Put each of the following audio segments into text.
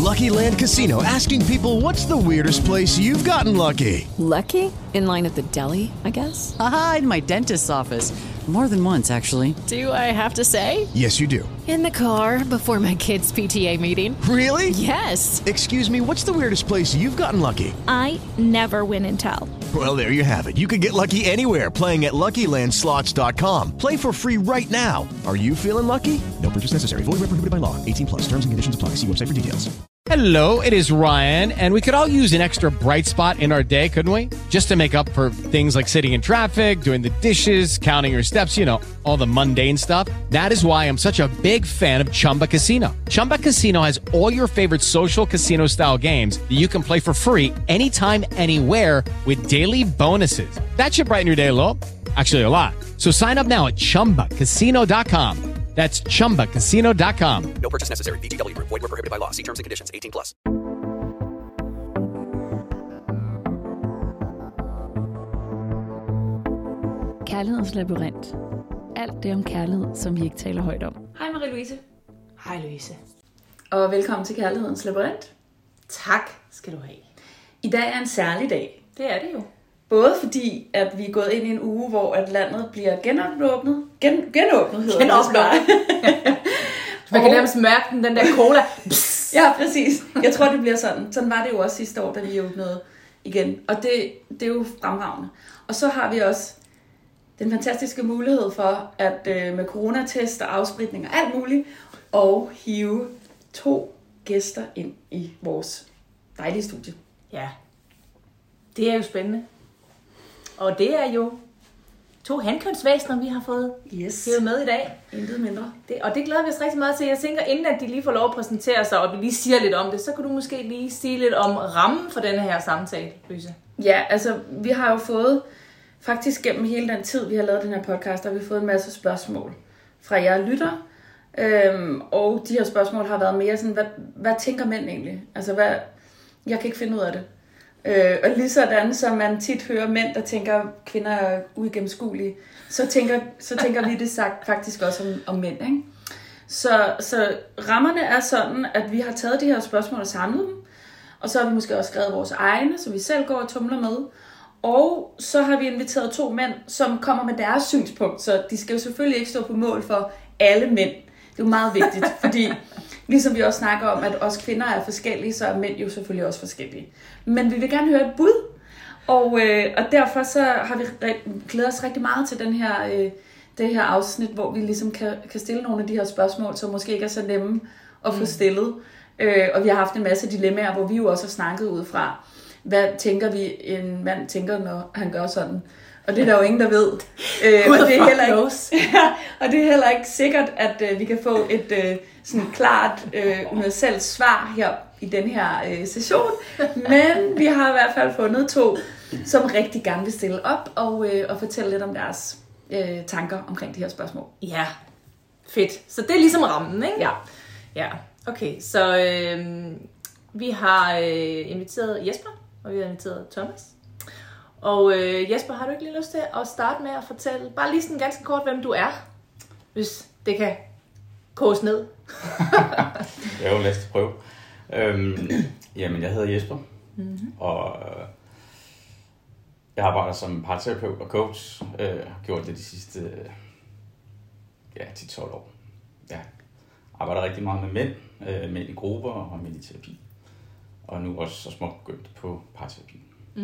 Lucky Land Casino, asking people, what's the weirdest place you've gotten lucky? Lucky? In line at the deli, I guess? Aha, in my dentist's office. More than once, actually. Do I have to say? Yes, you do. In the car before my kids' PTA meeting. Really? Yes. Excuse me, what's the weirdest place you've gotten lucky? I never win and tell. Well, there you have it. You can get lucky anywhere, playing at LuckyLandSlots.com. Play for free right now. Are you feeling lucky? No purchase necessary. Void where prohibited by law. 18 plus. Terms and conditions apply. See website for details. Hello, it is Ryan, and we could all use an extra bright spot in our day, couldn't we? Just to make up for things like sitting in traffic, doing the dishes, counting your steps, you know, all the mundane stuff. That is why I'm such a big fan of Chumba Casino. Chumba Casino has all your favorite social casino-style games that you can play for free anytime, anywhere with daily bonuses. That should brighten your day a little. Actually, a lot. So sign up now at ChumbaCasino.com. That's ChumbaCasino.com. No purchase necessary. VGW Group. Void where prohibited by law. See terms and conditions. 18 plus. Kærlighedens labyrint. Alt det om kærlighed, som vi ikke taler højt om. Hej Marie-Louise. Hej Louise. Og velkommen til Kærlighedens labyrint. Tak skal du have. I dag er en særlig dag. Det er det jo. Både fordi, at vi er gået ind i en uge, hvor at landet bliver genåbnet. Genåbnet hedder det. Man kan nærmest mærke den der cola. Ja, præcis. Jeg tror, det bliver sådan. Sådan var det jo også sidste år, da vi åbnede igen. Og det er jo fremragende. Og så har vi også den fantastiske mulighed for, at med coronatest og afspritning og alt muligt, og hive 2 gæster ind i vores dejlige studie. Ja, det er jo spændende. Og det er jo 2 hankønsvæsener, vi har fået med i dag. Intet mindre. Og det glæder vi os rigtig meget til. Jeg tænker, inden at de lige får lov at præsentere sig, og vi lige siger lidt om det, så kan du måske lige sige lidt om rammen for denne her samtale, Louise. Ja, altså vi har jo fået, faktisk gennem hele den tid, vi har lavet den her podcast, der har vi fået en masse spørgsmål fra jer lyttere. Og de her spørgsmål har været mere sådan, hvad tænker mænd egentlig? Altså, jeg kan ikke finde ud af det. Og lige sådan, som man tit hører mænd, der tænker, kvinder er uigennemskuelige, så tænker vi det sagt faktisk også om mænd, ikke? Så rammerne er sådan, at vi har taget de her spørgsmål og samlet dem, og så har vi måske også skrevet vores egne, så vi selv går og tumler med. Og så har vi inviteret 2 mænd, som kommer med deres synspunkt, så de skal jo selvfølgelig ikke stå på mål for alle mænd. Det er jo meget vigtigt, fordi ligesom vi også snakker om, at os kvinder er forskellige, så er mænd jo selvfølgelig også forskellige. Men vi vil gerne høre et bud, og derfor så har vi glædet os rigtig meget til det her afsnit, hvor vi ligesom kan stille nogle af de her spørgsmål, som måske ikke er så nemme at få stillet. Og vi har haft en masse dilemmaer, hvor vi jo også har snakket ud fra, hvad tænker vi, en mand tænker, når han gør sådan. Og det er der jo ingen, der ved. Og det er heller ikke sikkert, at vi kan få et sådan klart universelt svar her i den her session. Men vi har i hvert fald fundet 2, som rigtig gerne vil stille op og fortælle lidt om deres tanker omkring de her spørgsmål. Ja, fedt. Så det er ligesom rammen, ikke? Ja. Okay, så vi har inviteret Jesper, og vi har inviteret Thomas. Og Jesper, har du ikke lige lyst til at starte med at fortælle, bare lige sådan ganske kort, hvem du er, hvis det kan koges ned? Det er jo lad os prøve. Jamen, jeg hedder Jesper, og jeg arbejder som parterapeut og coach. Har gjort det de sidste 10-12 år. Jeg arbejder rigtig meget med mænd i grupper og mænd i terapi. Og nu også så småt begyndt på parterapi.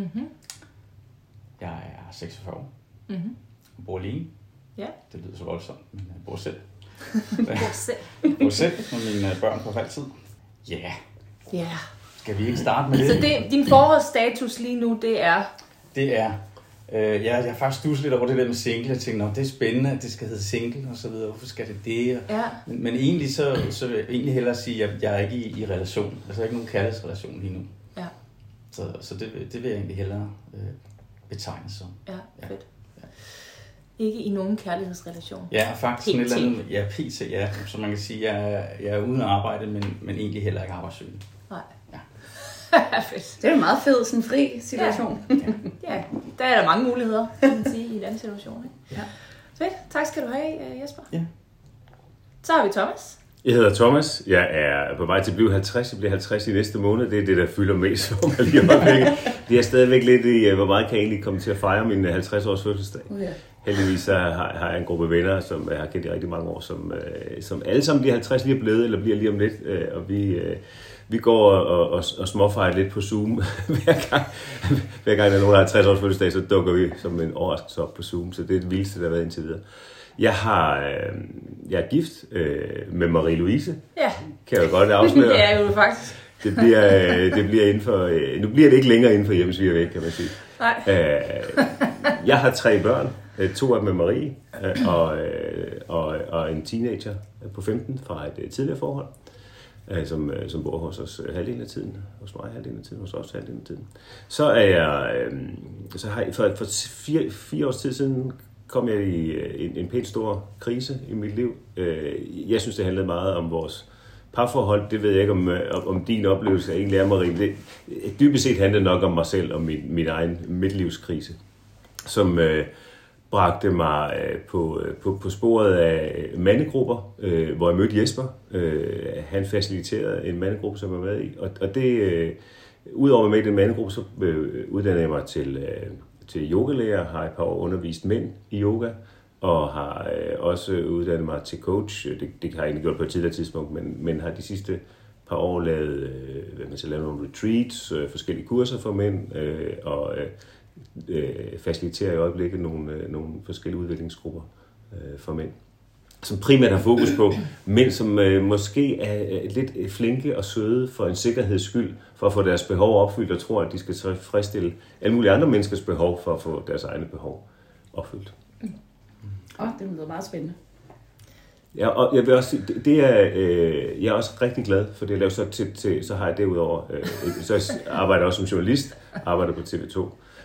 Jeg er 46 år. Jeg bor alene. Ja. Det lyder så voldsomt, men jeg bor selv. Jeg bor selv med mine børn på halvtid. Ja. Skal vi ikke starte med det? Så din forholdsstatus lige nu, det er? Det er. Jeg har faktisk stusset lidt over det der med single. Jeg tænkte, det er spændende, at det skal hedde single og så videre. Hvorfor skal det det? Ja. Men egentlig så vil jeg egentlig hellere sige, at jeg er ikke i relation. Altså jeg er ikke nogen kærlighedsrelation lige nu. Ja. Så det vil jeg egentlig hellere betegne som. Ja, fedt. Ja. Ikke i nogen kærlighedsrelation. Ja, faktisk sådan et eller andet. Ja, PT, ja. Så man kan sige, jeg er uden at arbejde, men egentlig heller ikke arbejdssøgende. Nej. Ja. Fedt. Det er en meget fed, sådan fri situation. Ja, der er der mange muligheder, kan man sige, i den situation. Ikke? Ja. Fedt. Tak skal du have, Jesper. Ja. Så har vi Thomas. Jeg hedder Thomas. Jeg er på vej til at blive 50. Jeg bliver 50 i næste måned. Det er det, der fylder mest for mig lige øjeblikket. Det er stadigvæk lidt i, hvor meget kan jeg egentlig komme til at fejre min 50-års fødselsdag. Okay. Heldigvis har jeg en gruppe venner, som jeg har kendt i rigtig mange år, som alle sammen bliver 50, lige er blevet, eller bliver lige om lidt. Og vi går og småfejrer lidt på Zoom. Hver gang der er nogen, der har 50 års fødselsdag, så dukker vi som en overraskelse op på Zoom. Så det er det vildeste, der har været indtil videre. Jeg er gift med Marie-Louise. Ja. Kan jeg jo godt afsløre. Det er jo faktisk. Det bliver inden for... Nu bliver det ikke længere inden for hjemmesvigervæk, kan man sige. Nej. Jeg har 3 børn. 2 af dem med Marie, og en teenager på 15 fra et tidligere forhold, som bor hos os halvdelen af tiden. Hos mig halvdelen af tiden, hos os halvdelen af tiden. Så har jeg for 4 års tid siden kom jeg i en pænt stor krise i mit liv. Jeg synes, det handlede meget om vores parforhold. Det ved jeg ikke, om din oplevelse egentlig er, Marie. Det dybest set handlede nok om mig selv og min egen midtlivskrise, som bragte mig på sporet af mandegrupper, hvor jeg mødte Jesper. Han faciliterede en mandegruppe, som jeg var med i. Og det, udover at med i den mandegruppe, så uddannede jeg mig til yogalærer, har et par år undervist mænd i yoga, og har også uddannet mig til coach. Det har jeg egentlig gjort på et tidligere tidspunkt, men har de sidste par år lavet nogle retreats, forskellige kurser for mænd, og faciliterer i øjeblikket nogle forskellige udviklingsgrupper for mænd, som primært har fokus på mænd, som måske er lidt flinke og søde for en sikkerheds skyld, for at få deres behov opfyldt, og tror, at de skal tilfredsstille alle mulige andre menneskers behov, for at få deres egne behov opfyldt. Det lyder meget spændende. Ja, og jeg vil også sige, jeg er også rigtig glad for det, jeg laver så har jeg derudover, så arbejder jeg også som journalist, arbejder på TV2.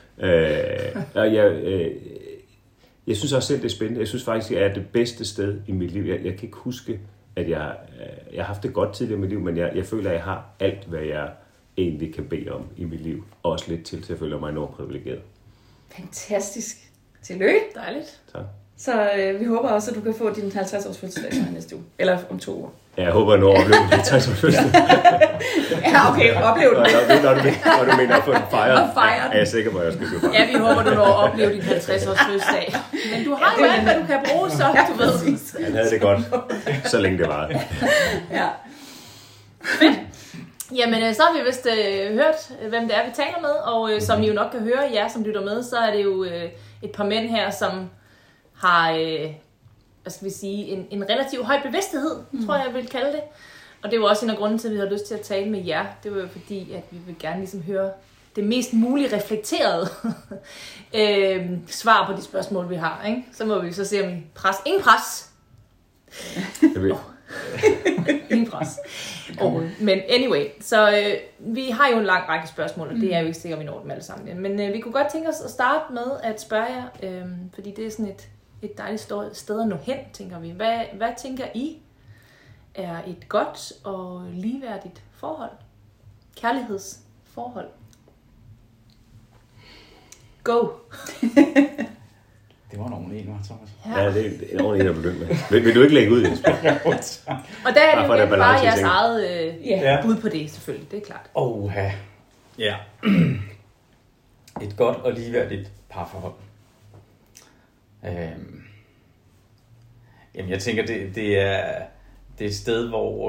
Jeg synes også selv, det er spændende. Jeg synes faktisk, jeg er det bedste sted i mit liv. Jeg kan ikke huske, at jeg har haft det godt tidligere i mit liv, men jeg føler, at jeg har alt, hvad jeg egentlig kan bede om i mit liv. Også lidt til jeg føler mig enormt privilegeret. Fantastisk. Tillykke. Dejligt. Tak. Så vi håber også, at du kan få din 50-års fødselsdag næste uge. Eller om 2 uger. Ja, jeg håber, at jeg når at opleve din 50-års fødselsdag. Ja, okay. Oplev den. Når du mener at få en fejret, er jeg sikker på, at jeg skal blive fejret. Ja, vi håber, du når at opleve din 50-års fødselsdag. Men du har jo alt, hvad du kan bruge, så du ved. Han havde det godt, så længe det var. Ja. Fedt. Jamen, så har vi vist hørt, hvem det er, vi taler med. Og som I jo nok kan høre, jer som lytter med, så er det jo et par mænd her, som har, hvad skal vi sige, en relativt høj bevidsthed, tror jeg vil kalde det. Og det var også en af grunden til, at vi havde lyst til at tale med jer. Det var jo fordi, at vi vil gerne ligesom høre det mest muligt reflekterede svar på de spørgsmål, vi har. Ikke? Så må vi så se, om I pres. Ingen pres! Ingen pres. Men anyway, så vi har jo en lang række spørgsmål, og det er jo ikke sikkert, vi når dem alle sammen. Men vi kunne godt tænke os at starte med at spørge jer, fordi det er sådan et dejligt sted at nå hen, tænker vi. Hvad tænker I er et godt og ligeværdigt forhold? Kærlighedsforhold? Go! Det var en ordentlig en, Thomas. Ja, det er en ordentlig en at begynde med. Vil du ikke lægge ud, Jesper? Og der er det jo bare jeres eget bud på det, selvfølgelig. Det er klart. Ja. Et godt og ligeværdigt parforhold. Jamen, jeg tænker, det er et sted,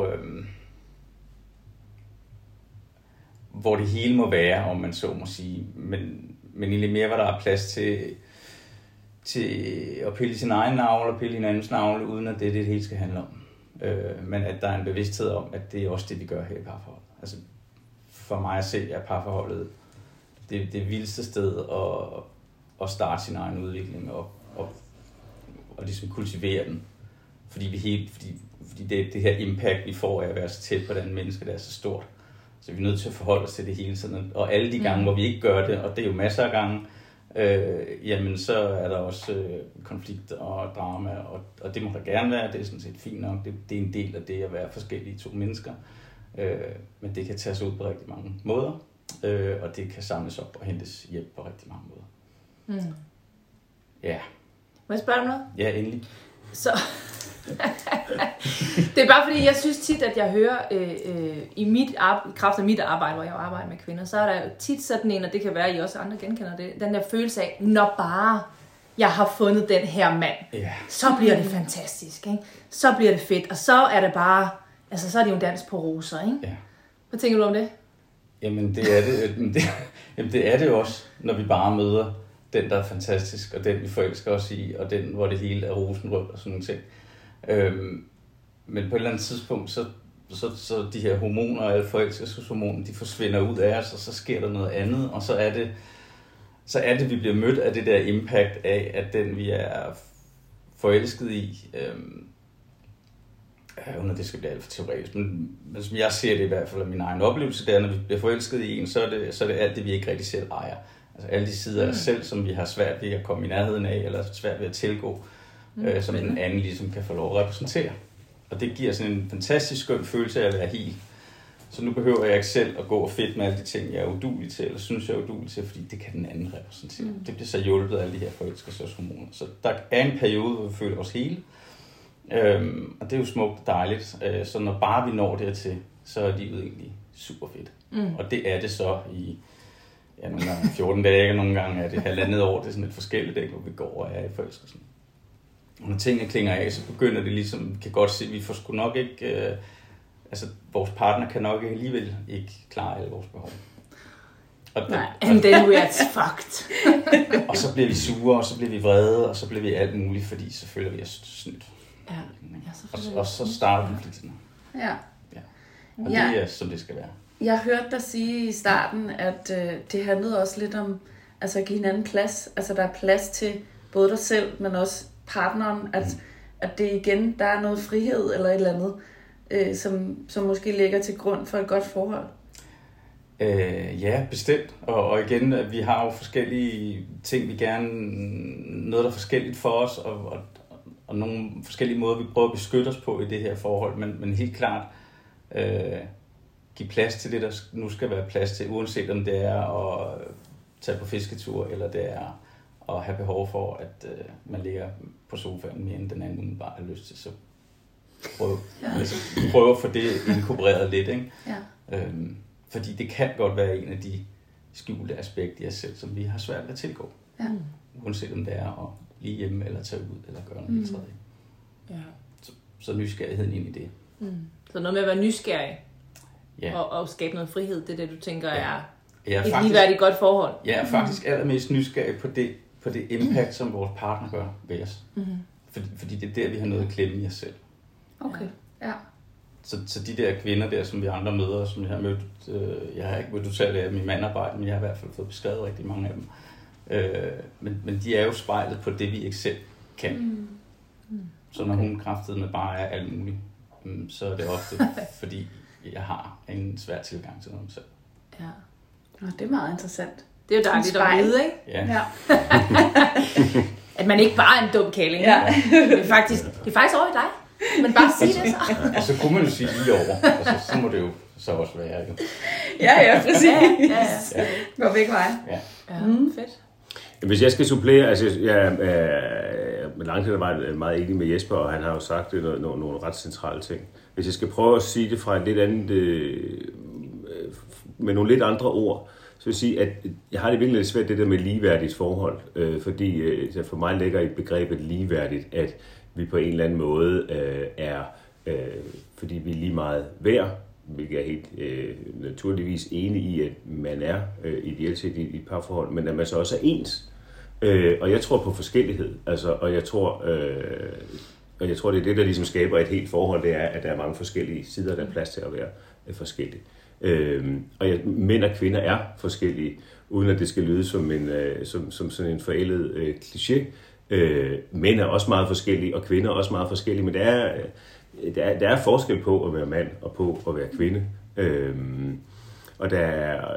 hvor det hele må være, om man så må sige. Men egentlig mere, hvor der er plads til at pille sin egen navle og pille hinandens navle, uden at det hele skal handle om. Men at der er en bevidsthed om, at det er også det, vi gør her i parforhold. Altså, for mig at se, er parforholdet det vildeste sted at starte sin egen udvikling og ligesom kultivere den. Fordi det her impact, vi får af at være så tæt på den menneske, der er så stort. Så vi er nødt til at forholde os til det hele tiden. Og alle de gange, hvor vi ikke gør det, og det er jo masser af gange, jamen så er der også konflikt og drama, og det må der gerne være. Det er sådan set fint nok. Det er en del af det at være forskellige to mennesker. Men det kan tages ud på rigtig mange måder, og det kan samles op og hentes hjem på rigtig mange måder. Ja. Må jeg spørge om noget? Ja, endelig. Så Det er bare fordi, jeg synes tit, at jeg hører i kraft af mit arbejde, hvor jeg arbejder med kvinder, så er der jo tit sådan en, og det kan være, at I også andre genkender det, den der følelse af, når bare jeg har fundet den her mand, så bliver det fantastisk, ikke? Så bliver det fedt, og så er det bare, altså så er det jo en dans på roser, ikke? Ja. Hvad tænker du om det? Jamen det er det. Jamen, det er det jo også, når vi bare møder den, der er fantastisk, og den, vi forelsker os i, og den, hvor det hele er rosenrødt og sådan nogle ting. Men på et eller andet tidspunkt, så de her hormoner og alle forelskelseshormoner, de forsvinder ud af os, og så sker der noget andet, og så er det, vi bliver mødt af det der impact af, at den, vi er forelsket i, uden at det skal blive alt for teoretisk, men som jeg ser det i hvert fald af min egen oplevelse, det er, når vi bliver forelsket i en, så er det alt det, vi ikke rigtig selv ejer. Altså alle de sider af os selv, som vi har svært ved at komme i nærheden af, eller svært ved at tilgå, som den anden ligesom kan få lov at repræsentere. Og det giver sådan en fantastisk skøn følelse af at være helt. Så nu behøver jeg ikke selv at gå og fedt med alle de ting, jeg er uduelig til, eller synes, jeg er uduelig til, fordi det kan den anden repræsentere. Det bliver så hjulpet af alle de her forelskelseshormoner. Så der er en periode, hvor vi føler os hele. Og det er jo smukt og dejligt. Så når bare vi når dertil, så er livet egentlig super fedt. Og det er det så i nogle gange 14 dage, og nogle gange er det 1,5 år. Det er sådan et forskelligt dag, hvor vi går og er i forelskelsen. Og når tingene klinger af, så begynder det ligesom, kan godt se, at vi får sgu nok ikke, vores partner kan nok alligevel ikke klare alle vores behov. And then we are fucked. Og så bliver vi sure, og så bliver vi vrede, og så bliver vi alt muligt, fordi så føler vi os snydt. Ja. Og så starter konflikterne. Ja. Og det er, som det skal være. Jeg hørte dig sige i starten, at det handlede også lidt om at give hinanden plads. Altså der er plads til både dig selv, men også partneren. At det igen, der er noget frihed eller et eller andet, som måske ligger til grund for et godt forhold. Ja, bestemt. Og igen, vi har jo forskellige ting, vi gerne... Noget, der er forskelligt for os, og nogle forskellige måder, vi prøver at beskytte os på i det her forhold. Men helt klart give plads til det, der nu skal være plads til, uanset om det er at tage på fisketur, eller det er at have behov for, at man ligger på sofaen mere, end den anden umiddelbart har lyst til. Så prøv at få det inkorporeret lidt, ikke? Ja. Fordi det kan godt være en af de skjulte aspekter i os selv, som vi har svært ved at tilgå. Ja. Uanset om det er at blive hjemme, eller tage ud, eller gøre noget tredje. Ja. Så nysgerrigheden ind i det. Så noget med at være nysgerrig, og skabe noget frihed, det er det, du tænker er et faktisk, ligeværdigt godt forhold. Jeg er faktisk allermest nysgerrig på det impact, som vores partner gør ved os. Fordi det er der, vi har noget at klemme i os selv. Okay, ja. Så de der kvinder der, som vi andre møder, som jeg har mødt, jeg har ikke mødt utallige af dem i mandarbejde, men jeg har i hvert fald fået beskrevet rigtig mange af dem. Men de er jo spejlet på det, vi ikke selv kan. Så når hun kraftedeme bare er alt muligt, så er det ofte, fordi jeg har en svær tilgang til noget selv. Ja. Det er meget interessant. Det er jo dejligt at vide, ikke? Ja. At man ikke bare er en dum kælling. Ja. Det er faktisk over i dig. Men bare sige det så. Og så kunne man jo sige lige over. Altså, så må det jo så også være. Jo. Ja, præcis. Ja. Gå begge veje. Ja. Fedt. Hvis jeg skal supplere, altså jeg langt hen var meget enig med Jesper, og han har jo sagt nogle ret centrale ting. Hvis jeg skal prøve at sige det fra et lidt andet, med nogle lidt andre ord, så vil jeg sige, at jeg har det virkelig lidt svært det der med ligeværdigt forhold, fordi for mig ligger i begrebet ligeværdigt, at vi på en eller anden måde er, fordi vi er lige meget værd, hvilket er helt naturligvis enig i, at man er ideelt set i et parforhold, men at man så også er ens. Og jeg tror på forskellighed, altså, og jeg tror, det er det, der ligesom skaber et helt forhold, det er, at der er mange forskellige sider, der er plads til at være forskellige. Og mænd og kvinder er forskellige, uden at det skal lyde som sådan en forældet kliché. Mænd er også meget forskellige, og kvinder er også meget forskellige, men der er forskel på at være mand og på at være kvinde. Og der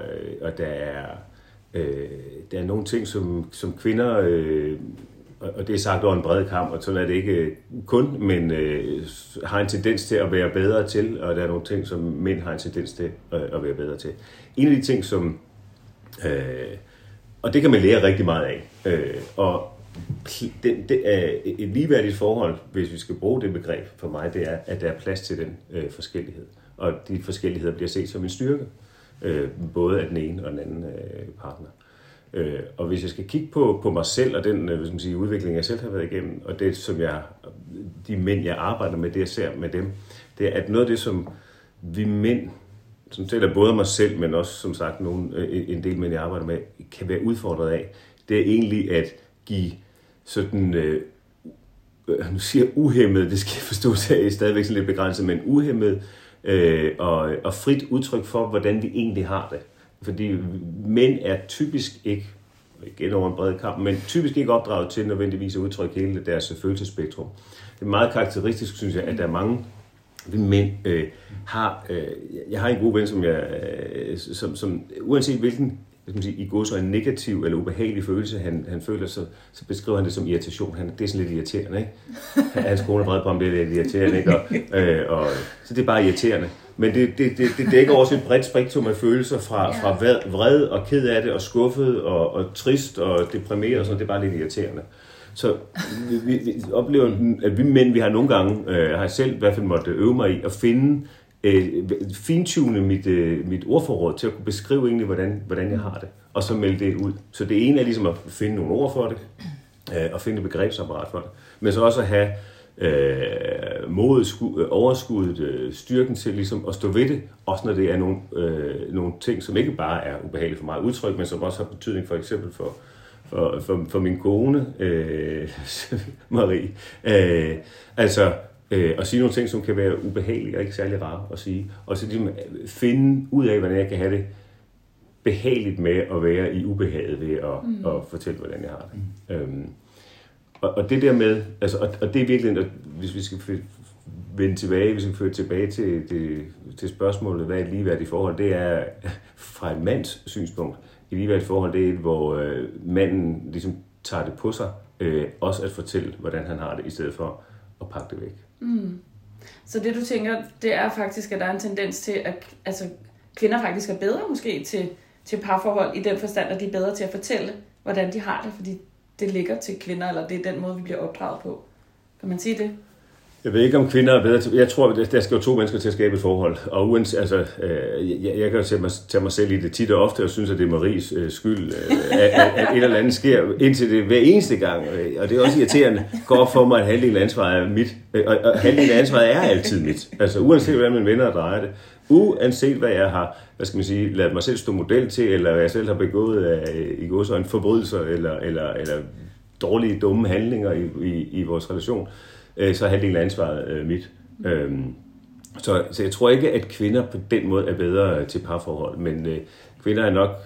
er nogle ting, som kvinder, og det er sagt over en bred kam, og sådan er det ikke kun, men har en tendens til at være bedre til, og der er nogle ting, som mænd har en tendens til at være bedre til. En af de ting, som... og det kan man lære rigtig meget af. det er et ligeværdigt forhold, hvis vi skal bruge det begreb for mig, det er, at der er plads til den forskellighed. Og de forskelligheder bliver set som en styrke, både af den ene og den anden partner. Og hvis jeg skal kigge på mig selv og den udvikling, jeg selv har været igennem, og det, som de mænd, jeg arbejder med, det jeg ser med dem, det er, at noget af det, som vi mænd, som tæller både mig selv, men også som sagt en del mænd, jeg arbejder med, kan være udfordret af, det er egentlig at give sådan, nu siger jeg uhæmmet, det skal jeg forstå, det er stadigvæk sådan lidt begrænset, men uhæmmet og frit udtryk for, hvordan vi egentlig har det. Fordi mænd er typisk ikke, igen over en bred kamp, men typisk ikke opdraget til nødvendigvis at udtrykke hele deres følelsesspektrum. Det er meget karakteristisk, synes jeg, at der er mange mænd jeg har en god ven, som uanset hvilken i går så en negativ eller ubehagelig følelse, han føler, så beskriver han det som irritation. Det er sådan lidt irriterende, ikke? Hans kone er vred på ham, det er lidt irriterende, ikke? Så det er bare irriterende. Men det dækker også et bredt spektrum af følelser fra vred og ked af det, og skuffet og trist og deprimeret og sådan. Det er bare lidt irriterende. Så vi oplever, at vi mænd, vi har nogle gange, har jeg selv i hvert fald måtte øve mig i at finde, fintune mit ordforråd til at kunne beskrive egentlig, hvordan jeg har det, og så melde det ud. Så det ene er ligesom at finde nogle ord for det, og finde et begrebsapparat for det, men så også at have overskuddet, styrken til ligesom at stå ved det, også når det er nogle ting, som ikke bare er ubehagelige for mig at udtrykke, men som også har betydning for eksempel for min kone, Marie. At sige nogle ting, som kan være ubehagelige og ikke særlig rare at sige. Og så ligesom finde ud af, hvordan jeg kan have det behageligt med at være i ubehaget ved at fortælle, hvordan jeg har det. Og det der med, og det er virkelig, hvis vi skal vende tilbage, hvis vi skal føre tilbage til spørgsmålet, hvad er et ligeværdigt forhold, det er fra en mands synspunkt. Et ligeværdigt forhold, det er et, hvor manden ligesom tager det på sig, også at fortælle, hvordan han har det, i stedet for at pakke det væk. Så det du tænker, det er faktisk, at der er en tendens til, at kvinder faktisk er bedre måske til parforhold, i den forstand, at de er bedre til at fortælle, hvordan de har det, fordi det ligger til kvinder, eller det er den måde, vi bliver opdraget på. Kan man sige det? Jeg ved ikke, om kvinder er bedre til... Jeg tror, der skal jo 2 mennesker til at skabe et forhold. Og jeg kan jo tage mig selv i det tit og ofte, og synes, at det er Maries skyld, at et eller andet sker, indtil det hver eneste gang. Og det er også irriterende. Går op for mig, at halvdelen af ansvaret er mit. Og halvdelen af ansvaret er altid mit. Altså uanset hvordan mine venner drejer det. Uanset hvad jeg har, ladet mig selv stå model til, eller hvad jeg selv har begået i godsøjne forbrydelser, eller dårlige, dumme handlinger i vores relation, så er halvdelen af ansvaret mit. Så jeg tror ikke, at kvinder på den måde er bedre til parforhold, men kvinder er nok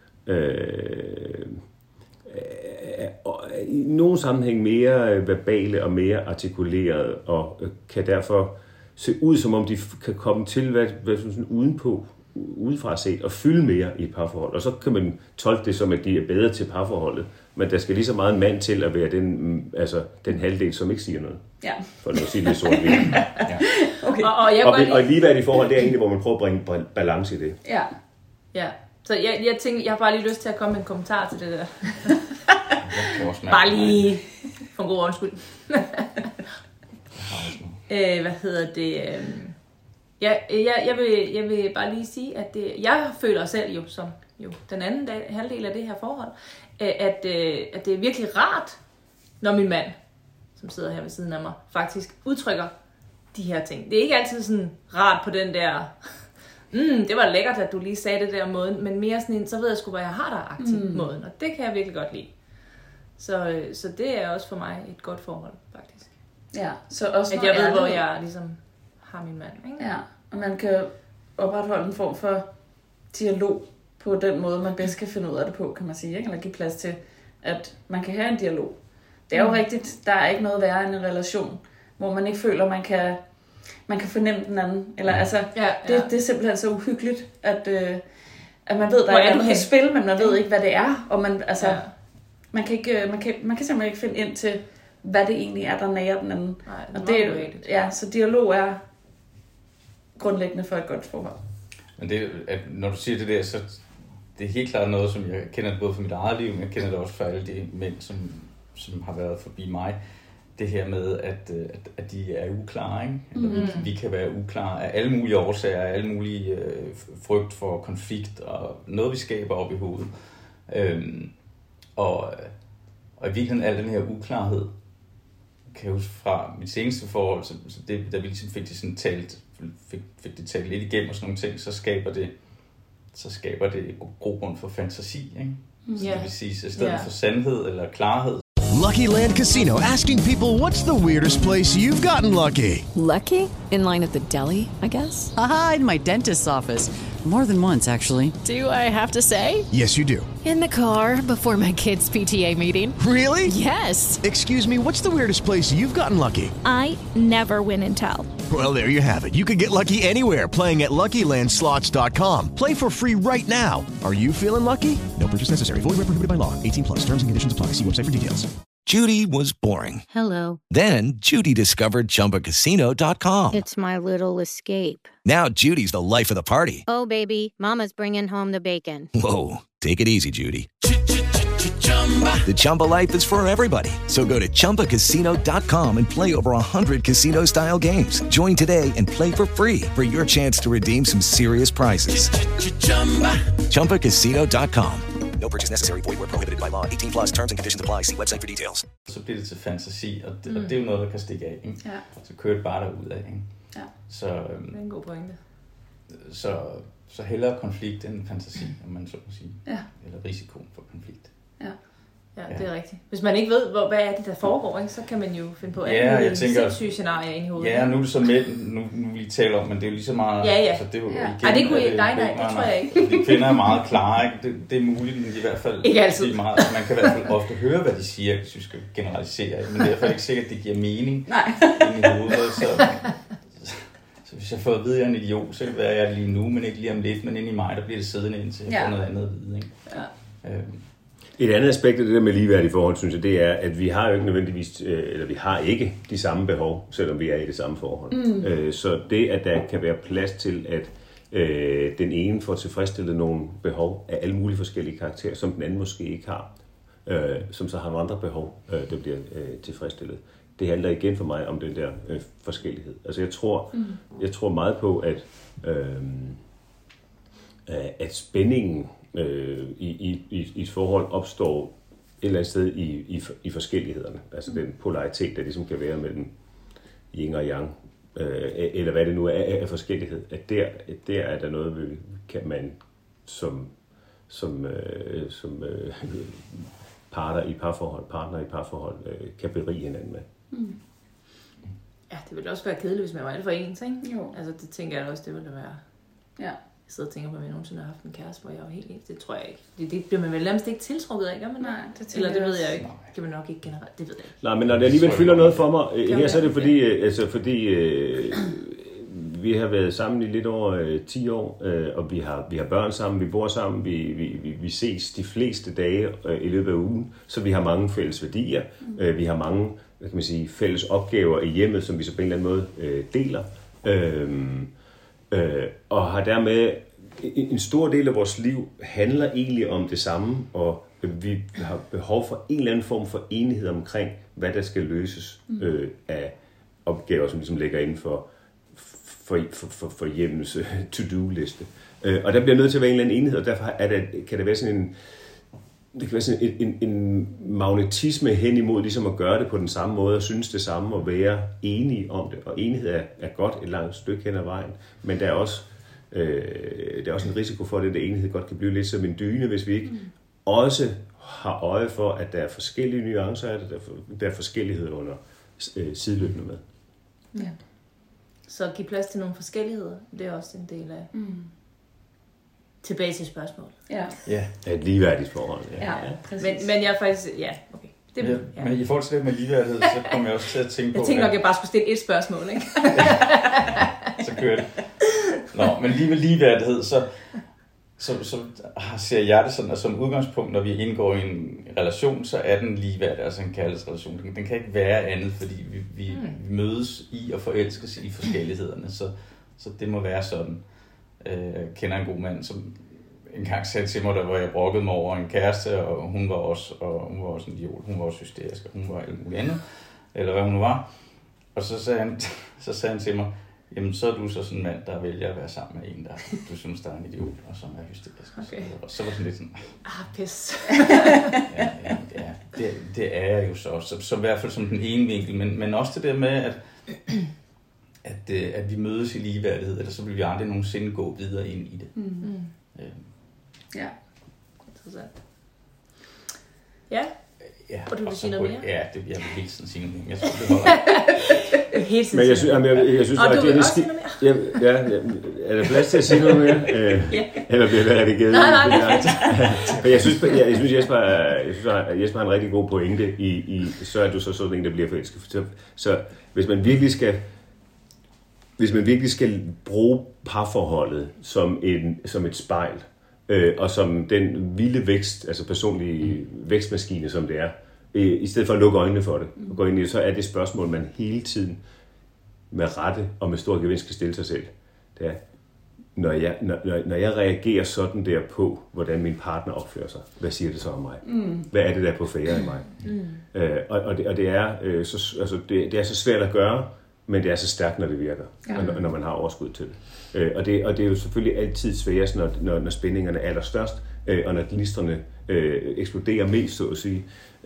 i nogen sammenhæng mere verbale og mere artikulerede, og kan derfor se ud, som om de kan komme til udefra set og fylde mere i et parforhold. Og så kan man tolke det som, at de er bedre til parforholdet. Men der skal lige så meget en mand til at være den halvdel, som ikke siger noget. Ja. For at sige det sort vildt. Ja. Okay. Og et ligeværdigt forhold, det er egentlig, hvor man prøver at bringe balance i det. Ja. Ja. Så jeg tænker, jeg har bare lige lyst til at komme med en kommentar til det der. Bare lige for en god undskyld. Jeg vil bare lige sige, at jeg føler selv jo, som jo den anden halvdel af det her forhold, at det er virkelig rart, når min mand, som sidder her ved siden af mig, faktisk udtrykker de her ting. Det er ikke altid sådan rart på den der, det var lækkert, at du lige sagde det der måde, men mere sådan en, så ved jeg sgu, hvad jeg har der aktivt måden, og det kan jeg virkelig godt lide. Så det er også for mig et godt forhold, faktisk. Ja, så også at jeg ved, hvor jeg ligesom har min mand, ikke? Ja, og man kan opretholde en form for dialog på den måde, man bedst kan finde ud af det på, kan man sige, ikke? Eller give plads til, at man kan have en dialog. Det er jo rigtigt, der er ikke noget værre end en relation, hvor man ikke føler, man kan fornemme den anden. Eller det er simpelthen så uhyggeligt, at man ved, der er noget på spil, men man ved ikke, hvad det er, og man kan simpelthen ikke finde ind til, hvad det egentlig er, der nærer den anden. Nej, og det, så dialog er grundlæggende for et godt forhold. Men det, at når du siger det der, så det er helt klart noget, som jeg kender både fra mit eget liv, men jeg kender det også fra alle de mænd, som har været forbi mig, det her med, at de er uklare, ikke? Eller vi kan være uklare af alle mulige årsager, af alle mulige frygt for konflikt, og noget, vi skaber op i hovedet. Og i virkeligheden al den her uklarhed, kan jeg huske fra mit seneste forhold, så det, da vi ligesom fik det talt lidt igennem og sådan nogle ting, så skaber det grobund for fantasi, ikke? Så det vil sige, i stedet for sandhed eller klarhed. Lucky Land Casino, asking people, what's the weirdest place you've gotten lucky? Lucky? In line at the deli, I guess? Aha, in my dentist's office. More than once, actually. Do I have to say? Yes, you do. In the car before my kids' PTA meeting. Really? Yes. Excuse me, what's the weirdest place you've gotten lucky? I never win and tell. Well, there you have it. You can get lucky anywhere, playing at LuckyLandSlots.com. Play for free right now. Are you feeling lucky? No purchase necessary. Void where prohibited by law. 18 plus. Terms and conditions apply. See website for details. Judy was boring. Hello. Then Judy discovered ChumbaCasino.com. It's my little escape. Now Judy's the life of the party. Oh, baby, mama's bringing home the bacon. Whoa, take it easy, Judy. The Chumba life is for everybody. So go to ChumbaCasino.com and play over 100 casino-style games. Join today and play for free for your chance to redeem some serious prizes. ChumbaCasino.com. No purchase necessary. Void where prohibited by law. 18 plus terms and conditions apply. See website for details. Så bliver det til fantasi, og det er jo noget, der kan stikke af, ikke? Ja. Så kører det bare derudad, ikke? Ja. Så, det er en god pointe. Så hellere konflikt end fantasi, om man så må sige. Ja. Eller risikoen for konflikt. Ja, det er rigtigt. Hvis man ikke ved, hvad er det, der foregår, ikke, så kan man jo finde på alle sindssyge scenarier inde i hovedet. Ja, nu er det så med, nu vi taler om, men det er jo lige så meget... Ja. Så det er jo igen, det kunne jeg... Nej, det tror jeg ikke. De kvinder er meget klare, ikke? Det er muligt, men i hvert fald... Ikke altid. Man kan i hvert fald ofte høre, hvad de siger, hvis vi skal generalisere, men det er i hvert fald ikke sikkert, at det giver mening inde i hovedet. Så hvis jeg får at vide, at jeg er en idiot, så kan det være, at jeg er lige nu, men ikke lige om lidt, men inde i mig, der bliver det siddende indtil jeg får noget andet at vide, ikke? Ja. Et andet aspekt af det der med ligeværdige forhold, synes jeg, det er, at vi har jo ikke nødvendigvis, eller vi har ikke de samme behov, selvom vi er i det samme forhold. Så det, at der kan være plads til, at den ene får tilfredsstillet nogle behov af alle mulige forskellige karakterer, som den anden måske ikke har, som så har nogle andre behov, der bliver tilfredsstillet. Det handler igen for mig om den der forskellighed. Altså jeg tror meget på, at spændingen i et forhold opstår et eller andet sted i forskellighederne. Altså den polaritet, der ligesom kan være mellem yin og yang, eller hvad det nu er af forskellighed. At der er der noget, kan man som partner i parforhold kan berige hinanden med. Ja, det ville også være kedeligt, hvis man var alt for ens, ikke? Jo. Altså det tænker jeg også, det ville være... Ja. Jeg sidder og tænker på, at jeg nogensinde har haft en kæreste, hvor jeg var helt ens. Det tror jeg ikke. Det bliver man vel nærmest ikke tiltrukket af, gør man? Nej, det ved jeg ikke. Det kan man nok ikke generelt. Det ved jeg ikke. Nej, men når det alligevel fylder noget for mig, her så er det fordi, vi har været sammen i lidt over 10 år, og vi har børn sammen, vi bor sammen, vi ses de fleste dage i løbet af ugen, så vi har mange fælles værdier, vi har mange, hvad kan man sige, fælles opgaver i hjemmet, som vi så på en eller anden måde deler. Og har dermed en stor del af vores liv handler egentlig om det samme, og vi har behov for en eller anden form for enighed omkring, hvad der skal løses af opgaver, som ligesom ligger inden for hjemmens to-do-liste. Og der bliver nødt til at være en eller anden enighed, og derfor kan det være sådan en magnetisme hen imod ligesom at gøre det på den samme måde og synes det samme og være enige om det. Og enighed er godt et langt stykke hen ad vejen, men der er også en risiko for, at den enighed godt kan blive lidt som en dyne, hvis vi ikke også har øje for, at der er forskellige nuancer, at der er forskellighed under sideløbende med. Ja. Så at give plads til nogle forskelligheder, det er også en del af... Tilbage til spørgsmålet. Ja, et ligeværdigt forhold. Ja, præcis. Men jeg er faktisk... Ja, okay. Men i forhold til det med ligeværdighed, så kommer jeg også til at tænke på... Jeg tænkte nok, at jeg bare skulle stille et spørgsmål, ikke? Så kører det. Men lige med ligeværdighed, så ser jeg det sådan, at som udgangspunkt, når vi indgår i en relation, så er den ligeværdig, altså en kærlighedsrelation. Den kan ikke være andet, fordi vi mødes i og forelskes i forskellighederne, så det må være sådan. Jeg kender en god mand, som en gang sagde til mig, hvor jeg brokkede mig over en kæreste, og hun var også en idiot, hun var også hysterisk, og hun var alt muligt andet, eller hvad hun nu var. Og så sagde han til mig, jamen så er du så sådan en mand, der vælger at være sammen med en, der du synes, der er en idiot, og som er hysterisk. Okay. Og så var sådan lidt sådan... pis. Det er jeg jo så i hvert fald som den ene vinkel, men også det der med, at vi mødes i ligeværdighed, eller så vil vi aldrig nogensinde gå videre ind i det. Ja, interessant. Ja, og du vil sige noget mere? Ja, jeg vil hele tiden sige noget mere. Jeg tror, det holder. Men jeg synes og du vil også sige noget mere? Er der plads til at sige noget mere? Eller bliver det redigeret? Nej. Jeg synes Jesper har en rigtig god pointe i så er du så sådan en, der bliver forelsket. Så hvis man virkelig skal bruge parforholdet som et spejl, og som den vilde vækst, altså personlige vækstmaskine, som det er, i stedet for at lukke øjnene for det, og gå ind i det, så er det spørgsmål, man hele tiden med rette og med stor gevinst skal stille sig selv. Det er, når jeg reagerer sådan der på, hvordan min partner opfører sig, hvad siger det så om mig? Hvad er det, der er på færre i mig? Og det er så svært at gøre, men det er så stærkt, når det virker, når man har overskud til det. Og det er jo selvfølgelig altid sværest, når spændingerne er allerstørst, og når gnistrene eksploderer mest, så at sige.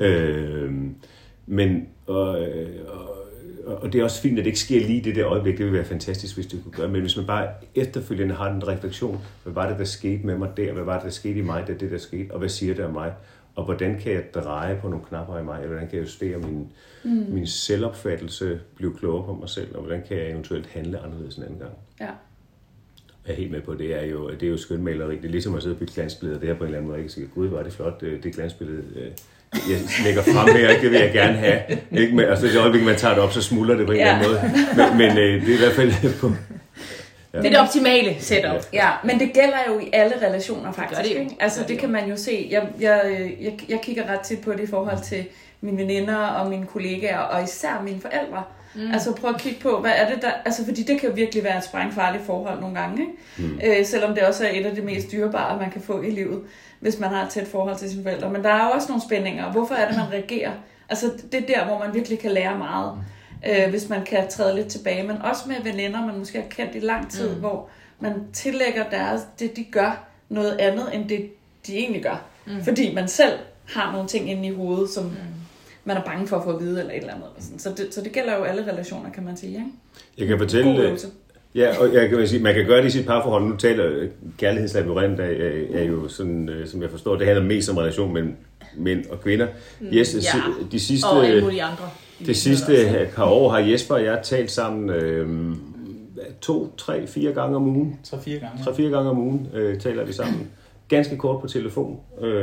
Og det er også fint, at det ikke sker lige i det der øjeblik. Det vil være fantastisk, hvis det kunne gøre. Men hvis man bare efterfølgende har en refleksion, hvad var det, der skete med mig der? Hvad var det, der skete i mig, da det der skete? Og hvad siger det om mig? Og hvordan kan jeg dreje på nogle knapper i mig? Eller hvordan kan jeg justere min selvopfattelse, blive klogere på mig selv? Og hvordan kan jeg eventuelt handle anderledes en anden gang? Ja. Jeg er helt med på, det er jo skønmaleri. Det er ligesom at sidde og bygge glansbilleder. Det her på en eller anden måde ikke sige, gud, var det flot, det glansbillede, jeg lægger frem her, det vil jeg gerne have. Ikke? Men, altså det øjeblik, man tager det op, så smuldrer det på en eller anden måde. Men det er i hvert fald på... Ja. Det er det optimale setup. Ja, men det gælder jo i alle relationer faktisk. Det ikke? Altså det kan man jo se. Jeg kigger ret tit på det i forhold til mine veninder og mine kollegaer, og især mine forældre. Altså prøv at kigge på, hvad er det der... Altså fordi det kan jo virkelig være et sprængfarligt forhold nogle gange, ikke? Selvom det også er et af de mest dyrebare, man kan få i livet, hvis man har et tæt forhold til sine forældre. Men der er jo også nogle spændinger. Hvorfor er det, man reagerer? Altså det er der, hvor man virkelig kan lære meget, hvis man kan træde lidt tilbage. Men også med veninder, man måske har kendt i lang tid, hvor man tillægger det, de gør, noget andet, end det, de egentlig gør. Fordi man selv har nogle ting inde i hovedet, som... man er bange for at få at vide, eller et eller andet. Så det gælder jo alle relationer, kan man sige. Ikke? Jeg kan fortælle... Ja, og jeg kan sige, man kan gøre det i sit parforhold. Nu taler kærlighedslabyrint er jo sådan, som jeg forstår, det handler mest om relation mellem mænd og kvinder. De sidste, og alle mulige andre. Det sidste par år har Jesper og jeg talt sammen 2, 3, 4 gange om ugen. 3-4 gange. 3-4 gange om ugen taler vi sammen. Ganske kort på telefon.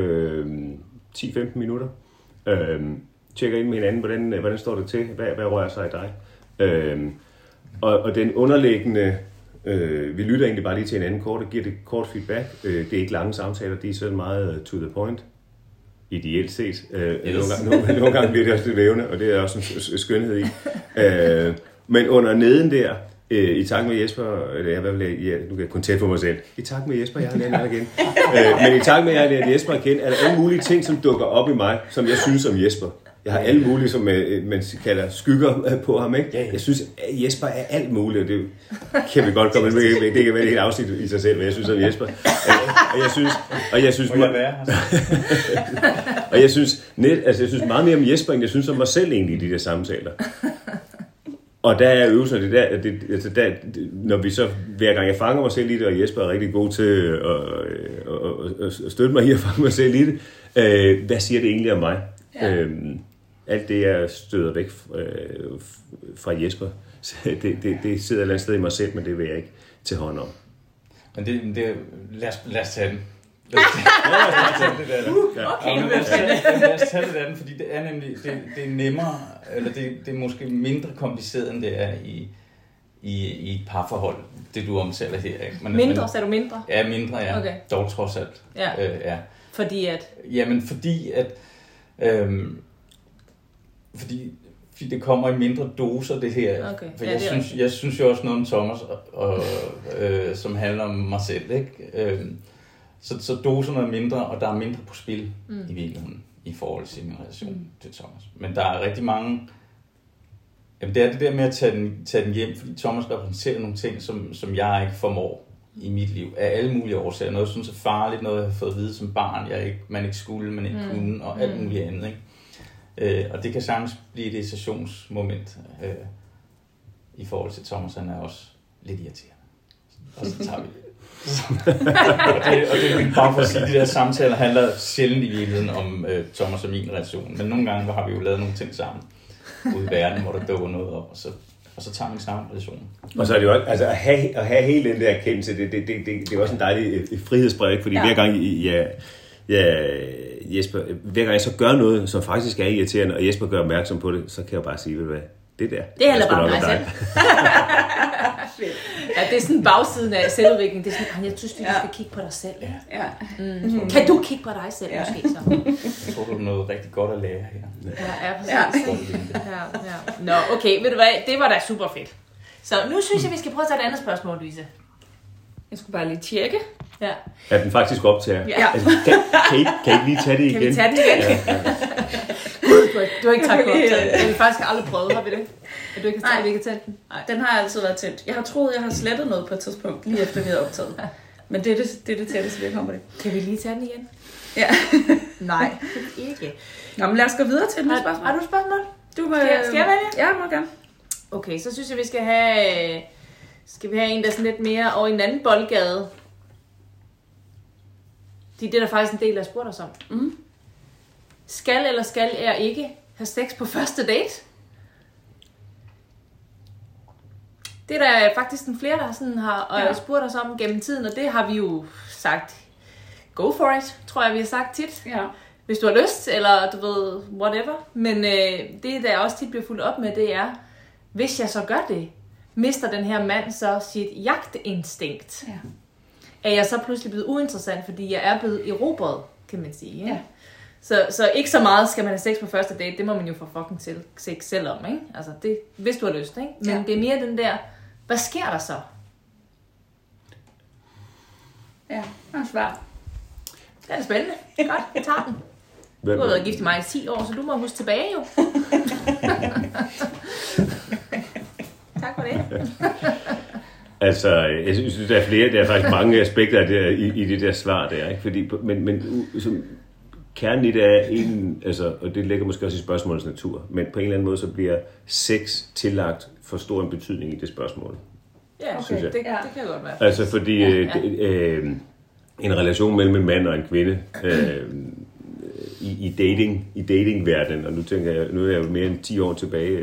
10-15 minutter. Tjekker ind med hinanden, hvordan står det til, hvad rører sig i dig. Og den underliggende, vi lytter egentlig bare lige til hinanden kort og giver det kort feedback. Det er ikke lange samtaler, de er sådan meget to the point, ideelt set. Nogle gange bliver det også lidt vævende, og det er også en skønhed i. Men under neden der, i takt med Jesper, nu kan jeg kun tæt for mig selv, i takt med Jesper, jeg har lært igen. Men i takt med, at jeg har lært Jesper at kende, er der alle mulige ting, som dukker op i mig, som jeg synes om Jesper. Jeg har alle mulige, som man kalder skygger på ham, ikke? Ja. Jeg synes, at Jesper er alt muligt, og det kan vi godt komme med. Det kan være et helt afsnit i sig selv, hvad jeg synes om Jesper. Jeg synes meget mere om Jesper, end jeg synes om mig selv egentlig i de der samtaler. Og der er øvelsen, når vi så, hver gang jeg fanger mig selv i det, og Jesper er rigtig god til at støtte mig i at fange mig selv i det, hvad siger det egentlig om mig? Ja. Alt det, jeg støder væk fra Jesper, det sidder et eller andet sted i mig selv, men det vil jeg ikke til hånd om. Men lad os tage den. Okay, lad os tage det andet, fordi det er nemlig det er nemmere, eller det er måske mindre kompliceret, end det er i et parforhold, det du omtaler her. Ikke? Mindre? Sagde du mindre? Ja, mindre, ja. Okay. Dog trods alt. Ja. Ja. Fordi at? Jamen, fordi det kommer i mindre doser, det her. Okay. For jeg synes jo også noget om Thomas, som handler om mig selv, ikke? Så doserne er mindre, og der er mindre på spil i virkeligheden i forhold til min relation til Thomas. Men der er rigtig mange... Jamen det er det der med at tage den hjem, fordi Thomas repræsenterer nogle ting, som jeg ikke formår i mit liv. Af alle mulige årsager. Noget, jeg synes er farligt, noget jeg har fået at vide som barn, man ikke skulle, man ikke kunne, og alt muligt andet. Ikke? Og det kan sagtens blive et irritationsmoment i forhold til Thomas. Han er også lidt irriterende. Og så tager vi og det er bare for at sige, at de der samtaler handler sjældent i virkeligheden om Thomas og min relation. Men nogle gange har vi jo lavet nogle ting sammen ude i verden, hvor der dukker noget op, og så tager man snart relationen. Og så er det jo også, altså at have hele den der erkendelse, det er også en dejlig frihedsbrev, ikke? Fordi hver gang Jesper, hver gang jeg så gør noget, som faktisk er irriterende, og Jesper gør opmærksom på det, så kan jeg bare sige, ved du hvad, det der. Det handler bare om dig selv. Ja, det er sådan bagsiden af selvudvikling. Det er sådan, jeg synes, du skal kigge på dig selv. Ja. Kan du kigge på dig selv måske så? Jeg tror, du har noget rigtig godt at lære her. Ja, præcis. Ja. Nå, okay, ved du hvad, det var da super fedt. Så nu synes jeg, vi skal prøve at tage et andet spørgsmål, Louise. Jeg skulle bare lige tjekke. Ja. Er den faktisk optager? Ja. Altså, kan I ikke tage det igen? Kan vi tage det igen? Ja. Gud, du har ikke taget på optaget. Det har vi faktisk aldrig prøvet, har vi det? At du ikke har taget tændt den? Nej, den har altid været tændt. Jeg har troet, jeg har slettet noget på et tidspunkt, lige efter vi havde optaget. Men det er det tætteste, vi kommer det. Kan vi lige tage den igen? Ja. Nej, ikke. Nå, men lad os gå videre til den spørgsmål. Har du et spørgsmål? Skal jeg vælge? Ja, må gerne. Okay, så synes jeg, vi skal have... Skal vi have en, der er sådan lidt mere over i en anden boldgade? Det er det, der faktisk en del, der har spurgt os om. Skal eller skal jeg ikke have sex på første date? Det er der faktisk en flere, der har spurgt os om gennem tiden, og det har vi jo sagt, go for it, tror jeg, vi har sagt tit. Ja. Hvis du har lyst, eller du ved, whatever. Men det, der også tit bliver fuldt op med, det er, hvis jeg så gør det, mister den her mand så sit jagtinstinkt. Ja. Er jeg så pludselig blevet uinteressant, fordi jeg er blevet erobret, kan man sige. Ja? Så ikke så meget skal man have sex på første date, det må man jo få fucking sex selv om, ikke? Altså det, hvis du har lyst, ikke? Men det er mere den der, hvad sker der så? Ja, det er svært. Det er spændende. Godt, jeg tager den. Du har været gift i mig i 10 år, så du må huske tilbage jo. Tak for det. Altså, jeg synes, der er faktisk mange aspekter der, i det der svar der, ikke? Fordi, men kernen i det er og det ligger måske også i spørgsmålets natur, men på en eller anden måde, så bliver sex tillagt for stor en betydning i det spørgsmål. Ja, okay, det kan godt være. Altså, fordi en relation mellem en mand og en kvinde, i datingverdenen, og nu tænker jeg, nu er jeg jo mere end 10 år tilbage,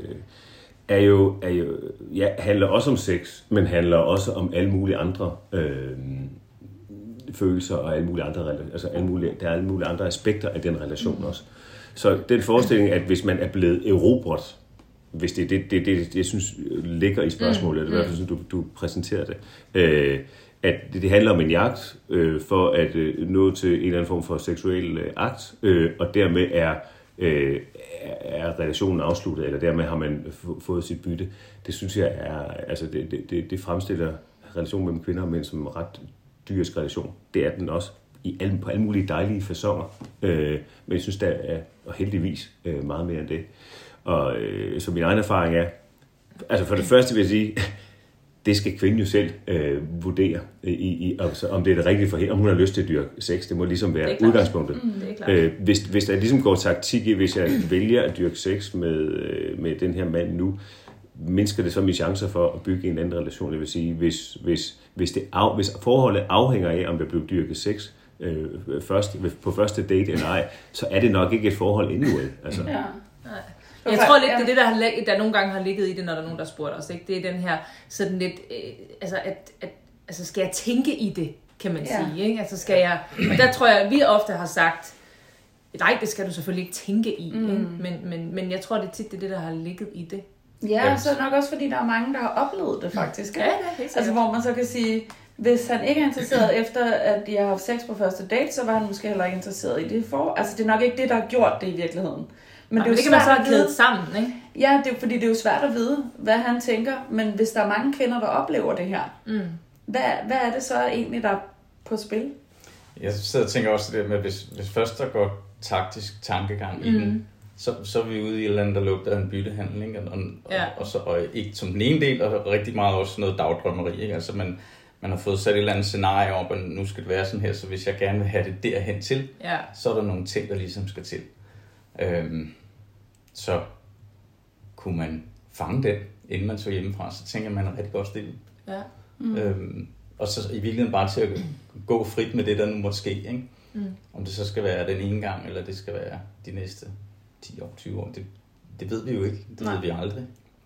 handler også om sex, men handler også om alle mulige andre følelser og alle mulige andre der er alle mulige andre aspekter af den relation også. Så den forestilling, at hvis man er blevet erobret, hvis det er det, jeg synes ligger i spørgsmålet, eller i hvert fald sådan, du præsenterer det, at det handler om en jagt for at nå til en eller anden form for seksuel akt, og dermed er relationen afsluttet, eller dermed har man fået sit bytte. Det synes jeg det fremstiller relationen mellem kvinder og mænd som en ret dyrisk relation. Det er den også på alle mulige dejlige faconer. Men jeg synes, der er, og heldigvis, meget mere end det. Og så min egen erfaring er, altså for det første vil jeg sige, det skal kvinden jo selv vurdere, om det er det rigtige for hende, om hun har lyst til at dyrke sex. Det må ligesom være udgangspunktet. Hvis der ligesom går taktik i, hvis jeg vælger at dyrke sex med den her mand nu, mindsker det så mine chancer for at bygge en anden relation. Det vil sige, hvis forholdet afhænger af, om der bliver dyrket sex på første date eller ej, så er det nok ikke et forhold endnu. Altså. Ja. Jeg tror lidt, det er det, der nogle gange har ligget i det, når der er nogen, der spurgte os. Ikke? Det er den her sådan lidt, altså skal jeg tænke i det, kan man sige. Ikke? Altså skal jeg, og der tror jeg, vi ofte har sagt, nej, det skal du selvfølgelig ikke tænke i. Men jeg tror, det er tit det, der har ligget i det. Ja, så nok også fordi, der er mange, der har oplevet det faktisk. Ja, det er helt altså hvor man så kan sige, hvis han ikke er interesseret efter, at de har haft sex på første date, så var han måske heller ikke interesseret i det Altså det er nok ikke det, der har gjort det i virkeligheden. Men det kan man så have kædet sammen, ikke? Ja, det er, fordi det er jo svært at vide, hvad han tænker. Men hvis der er mange kvinder, der oplever det her, hvad er det så egentlig, der er på spil? Jeg sidder og tænker også det der med, hvis først der går taktisk tankegang i den, så er vi ude i et eller andet, der lugter af en byttehandel, ikke? Og ikke som den ene del, og rigtig meget også noget dagdrømmeri, ikke? Altså man har fået sat et eller andet scenarie op, og nu skal det være sådan her, så hvis jeg gerne vil have det derhen til, så er der nogle ting, der ligesom skal til. Så kunne man fange den, inden man så hjemmefra, så tænker man er rigtig godt stillet. Ja. Og så i virkeligheden bare til at gå frit med det, der nu måtte ske, ikke? Om det så skal være den ene gang, eller det skal være de næste 10 år, 20 år, det ved vi jo ikke. Det ved vi aldrig.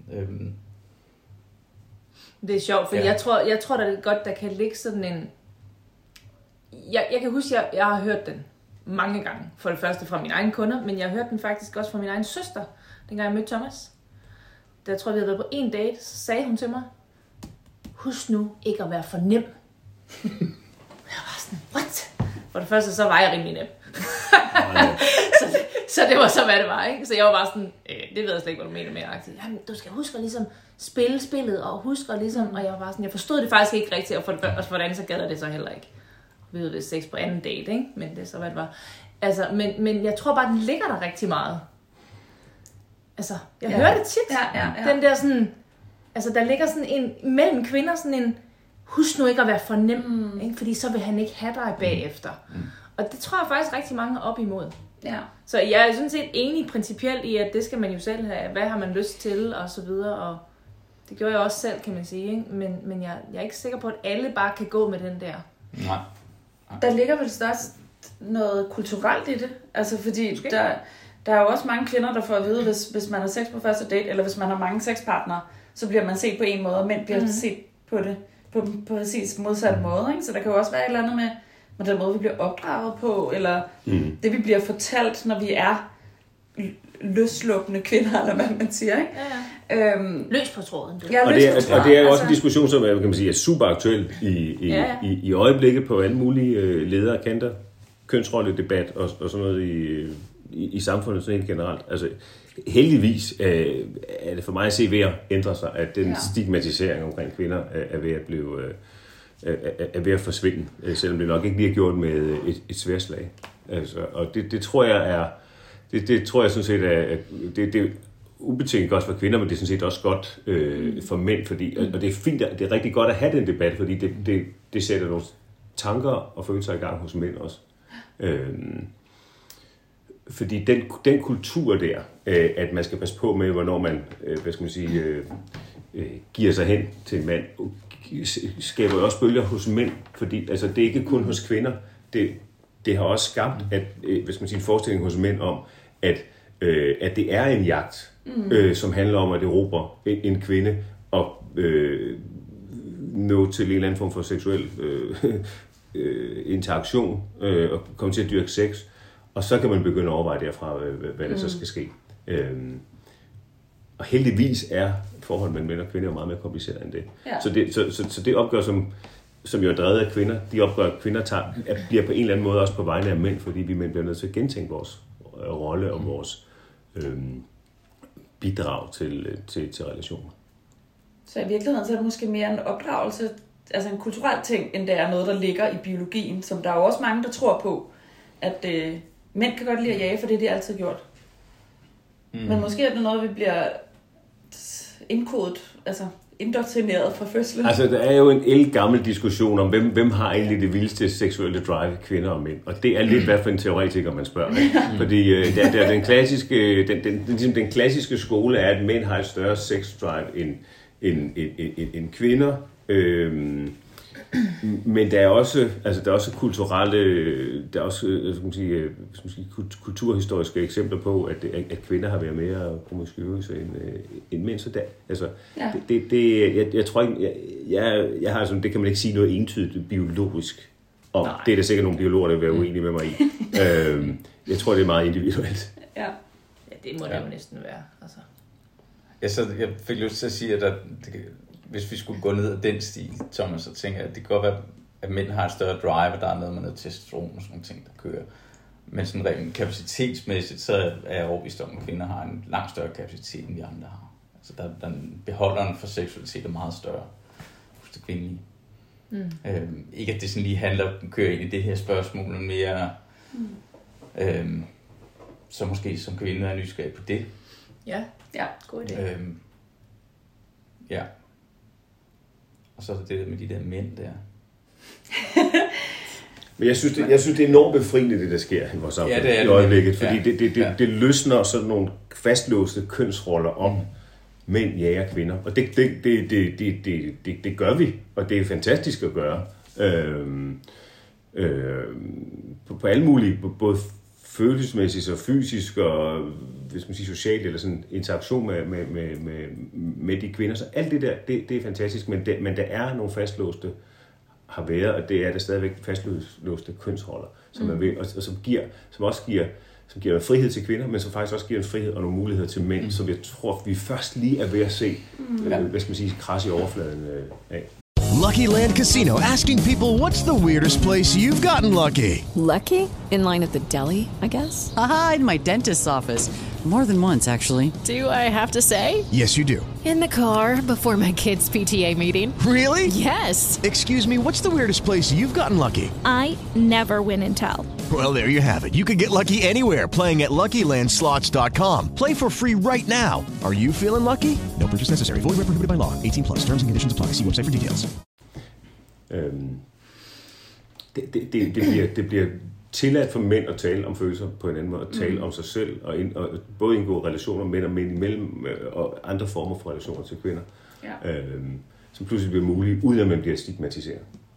Det er sjovt, for jeg tror da godt, der kan ligge sådan en... Jeg kan huske, jeg har hørt den mange gange. For det første fra mine egne kunder, men jeg har hørt den faktisk også fra min egen søster, dengang jeg mødte Thomas. Der tror jeg, vi havde været på en date, så sagde hun til mig, husk nu ikke at være for nem. Jeg var sådan, what? For det første, så var jeg rimelig nem. så det var så, hvad det var, ikke? Så jeg var bare sådan, det ved jeg slet ikke, hvad du mener med aktivt. Jamen, du skal huske at ligesom spille spillet, og huske at ligesom, og jeg var bare sådan, jeg forstod det faktisk ikke rigtigt, og for det andet, så gad jeg det så heller ikke. Vi ved det sex på anden date, ikke? Men det er så, hvad det var. Altså, men jeg tror bare, den ligger der rigtig meget. Altså, jeg hører det tit. Den der sådan, altså, der ligger sådan en, mellem kvinder sådan en, husk nu ikke at være for nem, ikke? Fordi så vil han ikke have dig bagefter. Og det tror jeg faktisk rigtig mange er op imod. Ja. Så jeg er sådan set enig principielt i, at det skal man jo selv have. Hvad har man lyst til, og så videre. Og det gjorde jeg også selv, kan man sige. Ikke? Men jeg er ikke sikker på, at alle bare kan gå med den der. Nej. Der ligger vel også noget kulturelt i det. Altså fordi der er jo også mange kvinder, der får at vide, hvis man har sex på første date, eller hvis man har mange sexpartnere, så bliver man set på en måde, og mænd bliver set på det på præcis modsatte måde. Ikke? Så der kan jo også være et eller andet med den måde, vi bliver opdraget på, eller det, vi bliver fortalt, når vi er løslukkende kvinder, eller hvad man siger. Ikke? Løs på tråden. Og det er jo også en diskussion, som kan man sige, er super aktuel i øjeblikket på alle mulige lederkanter, kønsrolledebat og sådan noget i samfundet sådan helt generelt. Altså, heldigvis er det for mig at se ved at ændre sig, at den stigmatisering omkring kvinder er ved at blive... er ved at forsvinde, selvom det nok ikke bliver gjort med et sværslag. Altså, og det tror jeg er... Det tror jeg sådan set er... Det er ubetinget godt for kvinder, men det er sådan set også godt for mænd, fordi... Og det er fint, det er rigtig godt at have den debat, fordi det sætter nogle tanker og følelser i gang hos mænd også. Fordi den kultur der, at man skal passe på med, hvornår man, giver sig hen til en mand, skaber jo også bølger hos mænd, fordi altså, det er ikke kun hos kvinder. Det har også skabt en forestilling hos mænd om, at det er en jagt, som handler om at erobre en kvinde og nå til en eller anden form for seksuel interaktion og komme til at dyrke sex. Og så kan man begynde at overveje derfra, hvad der så skal ske. Og heldigvis er forholdet mellem mænd og kvinder meget mere kompliceret end det. Ja. Så det opgør, som jo er drevet af kvinder, de opgør, kvinder bliver på en eller anden måde også på vegne af mænd, fordi vi mænd bliver nødt til at gentænke vores rolle og vores bidrag til relationer. Så i virkeligheden så er det måske mere en opdragelse, altså en kulturel ting, end det er noget, der ligger i biologien, som der er jo også mange, der tror på, at mænd kan godt lide at jage, for det er de altid gjort. Men måske er det noget, vi bliver indkodet, altså indoktrineret fra fødslen. Altså, der er jo en ældgammel diskussion om, hvem har egentlig det vildeste seksuelle drive, kvinder og mænd. Og det er lidt hvad for en teoretiker, man spørger. Fordi der den klassiske skole er, at mænd har et større sex drive end kvinder. Men der er også kulturelle, der er også kulturhistoriske eksempler på, at kvinder har været mere promiskuøse end mænd. Så jeg tror ikke, jeg har sådan, det kan man ikke sige noget entydigt biologisk om. Det er der sikkert nogle biologer, der vil være uenige med mig i. Jeg tror, det er meget individuelt. Ja, det må det jo næsten være. Altså. Jeg fik lyst til at sige, at hvis vi skulle gå ned ad den stil, Thomas, så tænker jeg, at det kan godt være, at mænd har et større drive, og der er noget med noget testosteron og sådan nogle ting, der kører. Men sådan rent kapacitetsmæssigt, så er jeg overbevist om, at kvinder har en langt større kapacitet, end vi andre har. Altså beholderen for seksualitet er meget større hos det kvindelige. Ikke at det sådan lige handler om at køre ind i det her spørgsmål, men mere så måske som kvinde er nysgerrig på det. Ja, god idé. Ja. Og så er det med de der mænd der. Men jeg synes, det er enormt befriende, det der sker i vores samfund i øjeblikket, fordi det løsner sådan nogle fastlåste kønsroller om mænd, jager, kvinder. Og det gør vi, og det er fantastisk at gøre. På alle mulige, både følelsesmæssigt og fysisk og hvis man siger socialt eller sådan interaktion med de kvinder. Så alt det der, det er fantastisk, men der er nogle fastlåste har været, og det er der stadigvæk fastlåste kønsroller, som er ved, og som giver frihed til kvinder, men som faktisk også giver en frihed og nogle muligheder til mænd, som jeg tror, vi først lige er ved at se, hvad skal man sige, kras i overfladen af. Lucky Land Casino, asking people, what's the weirdest place you've gotten lucky? Lucky? In line at the deli, I guess? Aha, in my dentist's office. More than once, actually. Do I have to say? Yes, you do. In the car before my kids' PTA meeting. Really? Yes. Excuse me, what's the weirdest place you've gotten lucky? I never win and tell. Well, there you have it. You can get lucky anywhere, playing at LuckyLandSlots.com. Play for free right now. Are you feeling lucky? No purchase necessary. Void where prohibited by law. 18 plus. Terms and conditions apply. See website for details. Det bliver tilladt for mænd at tale om følelser på en anden måde, at tale om sig selv, og både indgå relationer mænd og mænd imellem, og andre former for relationer til kvinder, som pludselig bliver mulige, uden at man bliver stigmatiseret.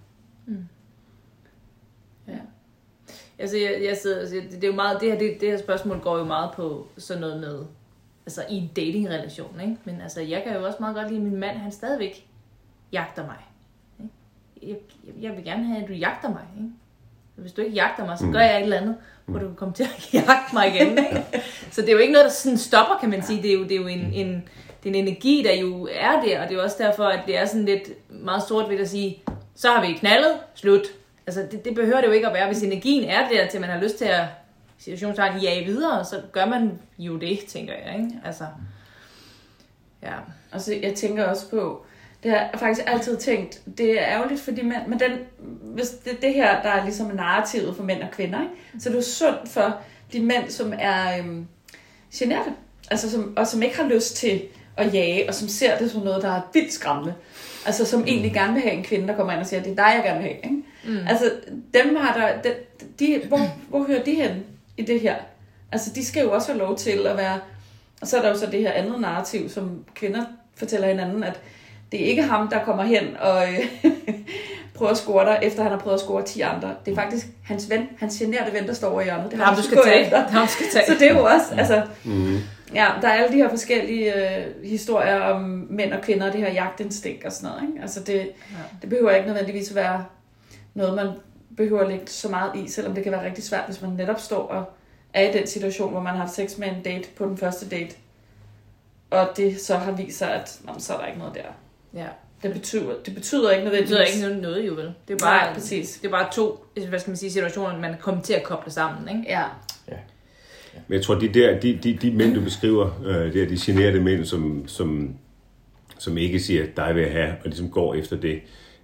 Ja. Altså, jeg sidder, det er jo meget, det her spørgsmål går jo meget på sådan noget med, altså i en datingrelation, ikke? Men altså, jeg kan jo også meget godt lide, at min mand, han stadigvæk jagter mig. Jeg vil gerne have, at du jagter mig, ikke? Hvis du ikke jagter mig, så gør jeg et eller andet, hvor du kan komme til at jagte mig igen, ikke? Så det er jo ikke noget, der sådan stopper, kan man sige. Det er jo en energi, der jo er der, og det er jo også derfor, at det er sådan lidt meget sort ved at sige, så har vi knaldet, slut. Altså, det behøver det jo ikke at være. Hvis energien er der, til man har lyst til at situationstegn jage videre, så gør man jo det, tænker jeg, ikke? Altså, ja. Altså, jeg tænker også på, det har jeg faktisk altid tænkt, det er ærgerligt, fordi hvis det her, der er ligesom narrativet for mænd og kvinder, ikke? Så det er jo sundt for de mænd, som er generte, altså som ikke har lyst til at jage, og som ser det som noget, der er vildt skræmmende. Altså som egentlig gerne vil have en kvinde, der kommer ind og siger, det er dig, jeg gerne vil have. Ikke? Altså dem har der, hvor hører de hen i det her? Altså de skal jo også have lov til at være, og så er der jo så det her andet narrativ, som kvinder fortæller hinanden, at det er ikke ham, der kommer hen og prøver at score dig, efter han har prøvet at score 10 andre. Det er faktisk hans ven, hans generede ven, der står over i hjørnet. Det er ham, du skal tage. Så det er jo også, altså, ja, der er alle de her forskellige historier om mænd og kvinder, det her jagtinstinkt og sådan noget, ikke? Altså det behøver ikke nødvendigvis at være noget, man behøver at lægge så meget i, selvom det kan være rigtig svært, hvis man netop står og er i den situation, hvor man har haft sex med en date på den første date, og det så har vist sig, at så er der ikke noget der. Ja. Det betyder ikke nødvendigvis. Det betyder ikke noget, jo vel. Det er bare, præcis. Det er bare to, hvad skal man sige, situationer, man kommer til at koble sammen, ikke? Ja. Men jeg tror, de mænd, du beskriver, det er de generede mænd, som ikke siger, dig vil jeg have, og ligesom går efter det.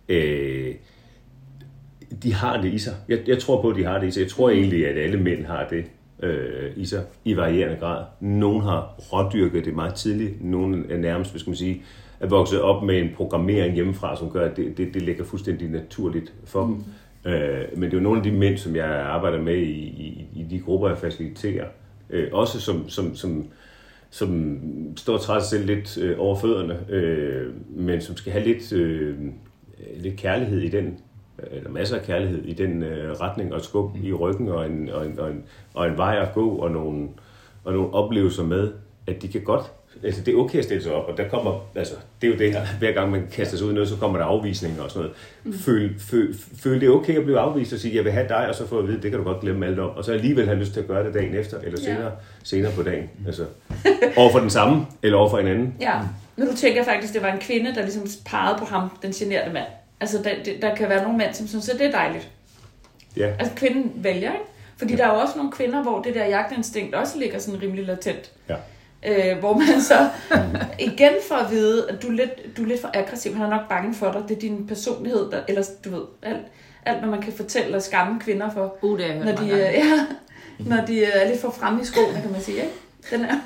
De har det i sig. Jeg tror på, at de har det i sig. Jeg tror egentlig, at alle mænd har det i sig, i varierende grad. Nogle har rådyrket det meget tidligt. Nogle er nærmest, hvad skal man sige, er vokset op med en programmering hjemmefra, som gør, at det ligger fuldstændig naturligt for dem. Men det er jo nogle af de mænd, som jeg arbejder med i de grupper, jeg faciliterer. Også som står og træder sig selv lidt over fødderne, men som skal have lidt kærlighed i den, eller masser af kærlighed i den retning, og et skub i ryggen, og en vej at gå, og nogle oplevelser med, at de kan godt. Altså, det er okay at stille sig op, og der kommer, altså, det er jo det her, hver gang man kaster sig ud i noget, så kommer der afvisninger og sådan noget. Føl det er okay at blive afvist og sige, jeg vil have dig, og så få at vide, det kan du godt glemme alt om, og så alligevel have lyst til at gøre det dagen efter, eller senere på dagen. Altså, overfor den samme, eller overfor en anden. Ja, men nu tænker jeg faktisk, det var en kvinde, der ligesom pegede på ham, den generede mand. Altså, der kan være nogle mænd, som synes, at det er dejligt. Ja. Altså, kvinden vælger, ikke? Fordi der er jo også nogle kvinder, hvor det der jagtinstinkt også ligger sådan rimelig latent. Ja. Hvor man så igen får at vide, at du er lidt for aggressiv. Han er nok bange for dig. Det er din personlighed, der, eller du ved, alt hvad man kan fortælle og skamme kvinder for. Det har jeg hørt når de er lidt for fremme i skoene, kan man sige, ikke? Den er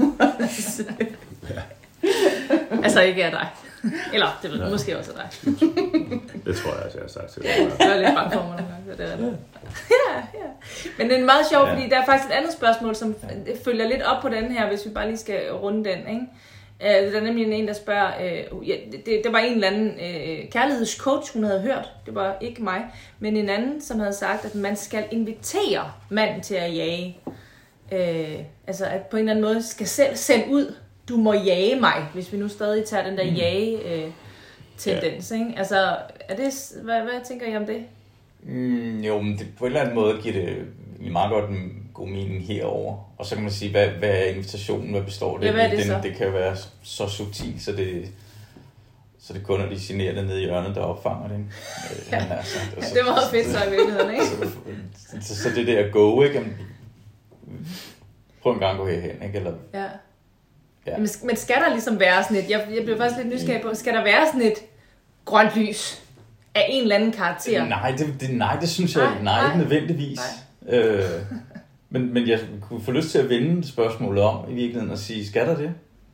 altså ikke af dig. Eller, det ved jeg, måske også af dig. Det tror jeg også, jeg har sagt til dig. Jeg er lidt bange for mig nogle gange, det er det. Ja. Men det er meget sjovt, fordi der er faktisk et andet spørgsmål, som følger lidt op på den her, hvis vi bare lige skal runde den, ikke? Der er nemlig en, der spørger, det var en eller anden kærlighedscoach, hun havde hørt, det var ikke mig, men en anden, som havde sagt, at man skal invitere manden til at jage. Altså at på en eller anden måde skal selv sende ud, du må jage mig, hvis vi nu stadig tager den der jage-tendens, ikke? Altså, er det, hvad tænker I om det? Jo, men det, på en eller anden måde giver det meget godt en god mening herover. Og så kan man sige, hvad er invitationen, hvad består det? Ja, hvad er det så? Det kan jo være så subtilt, så det kun er de generede nede i hjørnet, der opfanger det. Ja. Det var meget fedt så i virkeligheden, ikke? Så det der go, ikke? Prøv en gang at gå herhen, ikke? Eller, ja. Men skal der ligesom være sådan et, jeg bliver faktisk lidt nysgerrig på, skal der være sådan et grønt lys af en eller anden karakter? Nej, det synes jeg ikke nødvendigvis. Men jeg kunne få lyst til at vende spørgsmålet om i virkeligheden og sige, skal der det?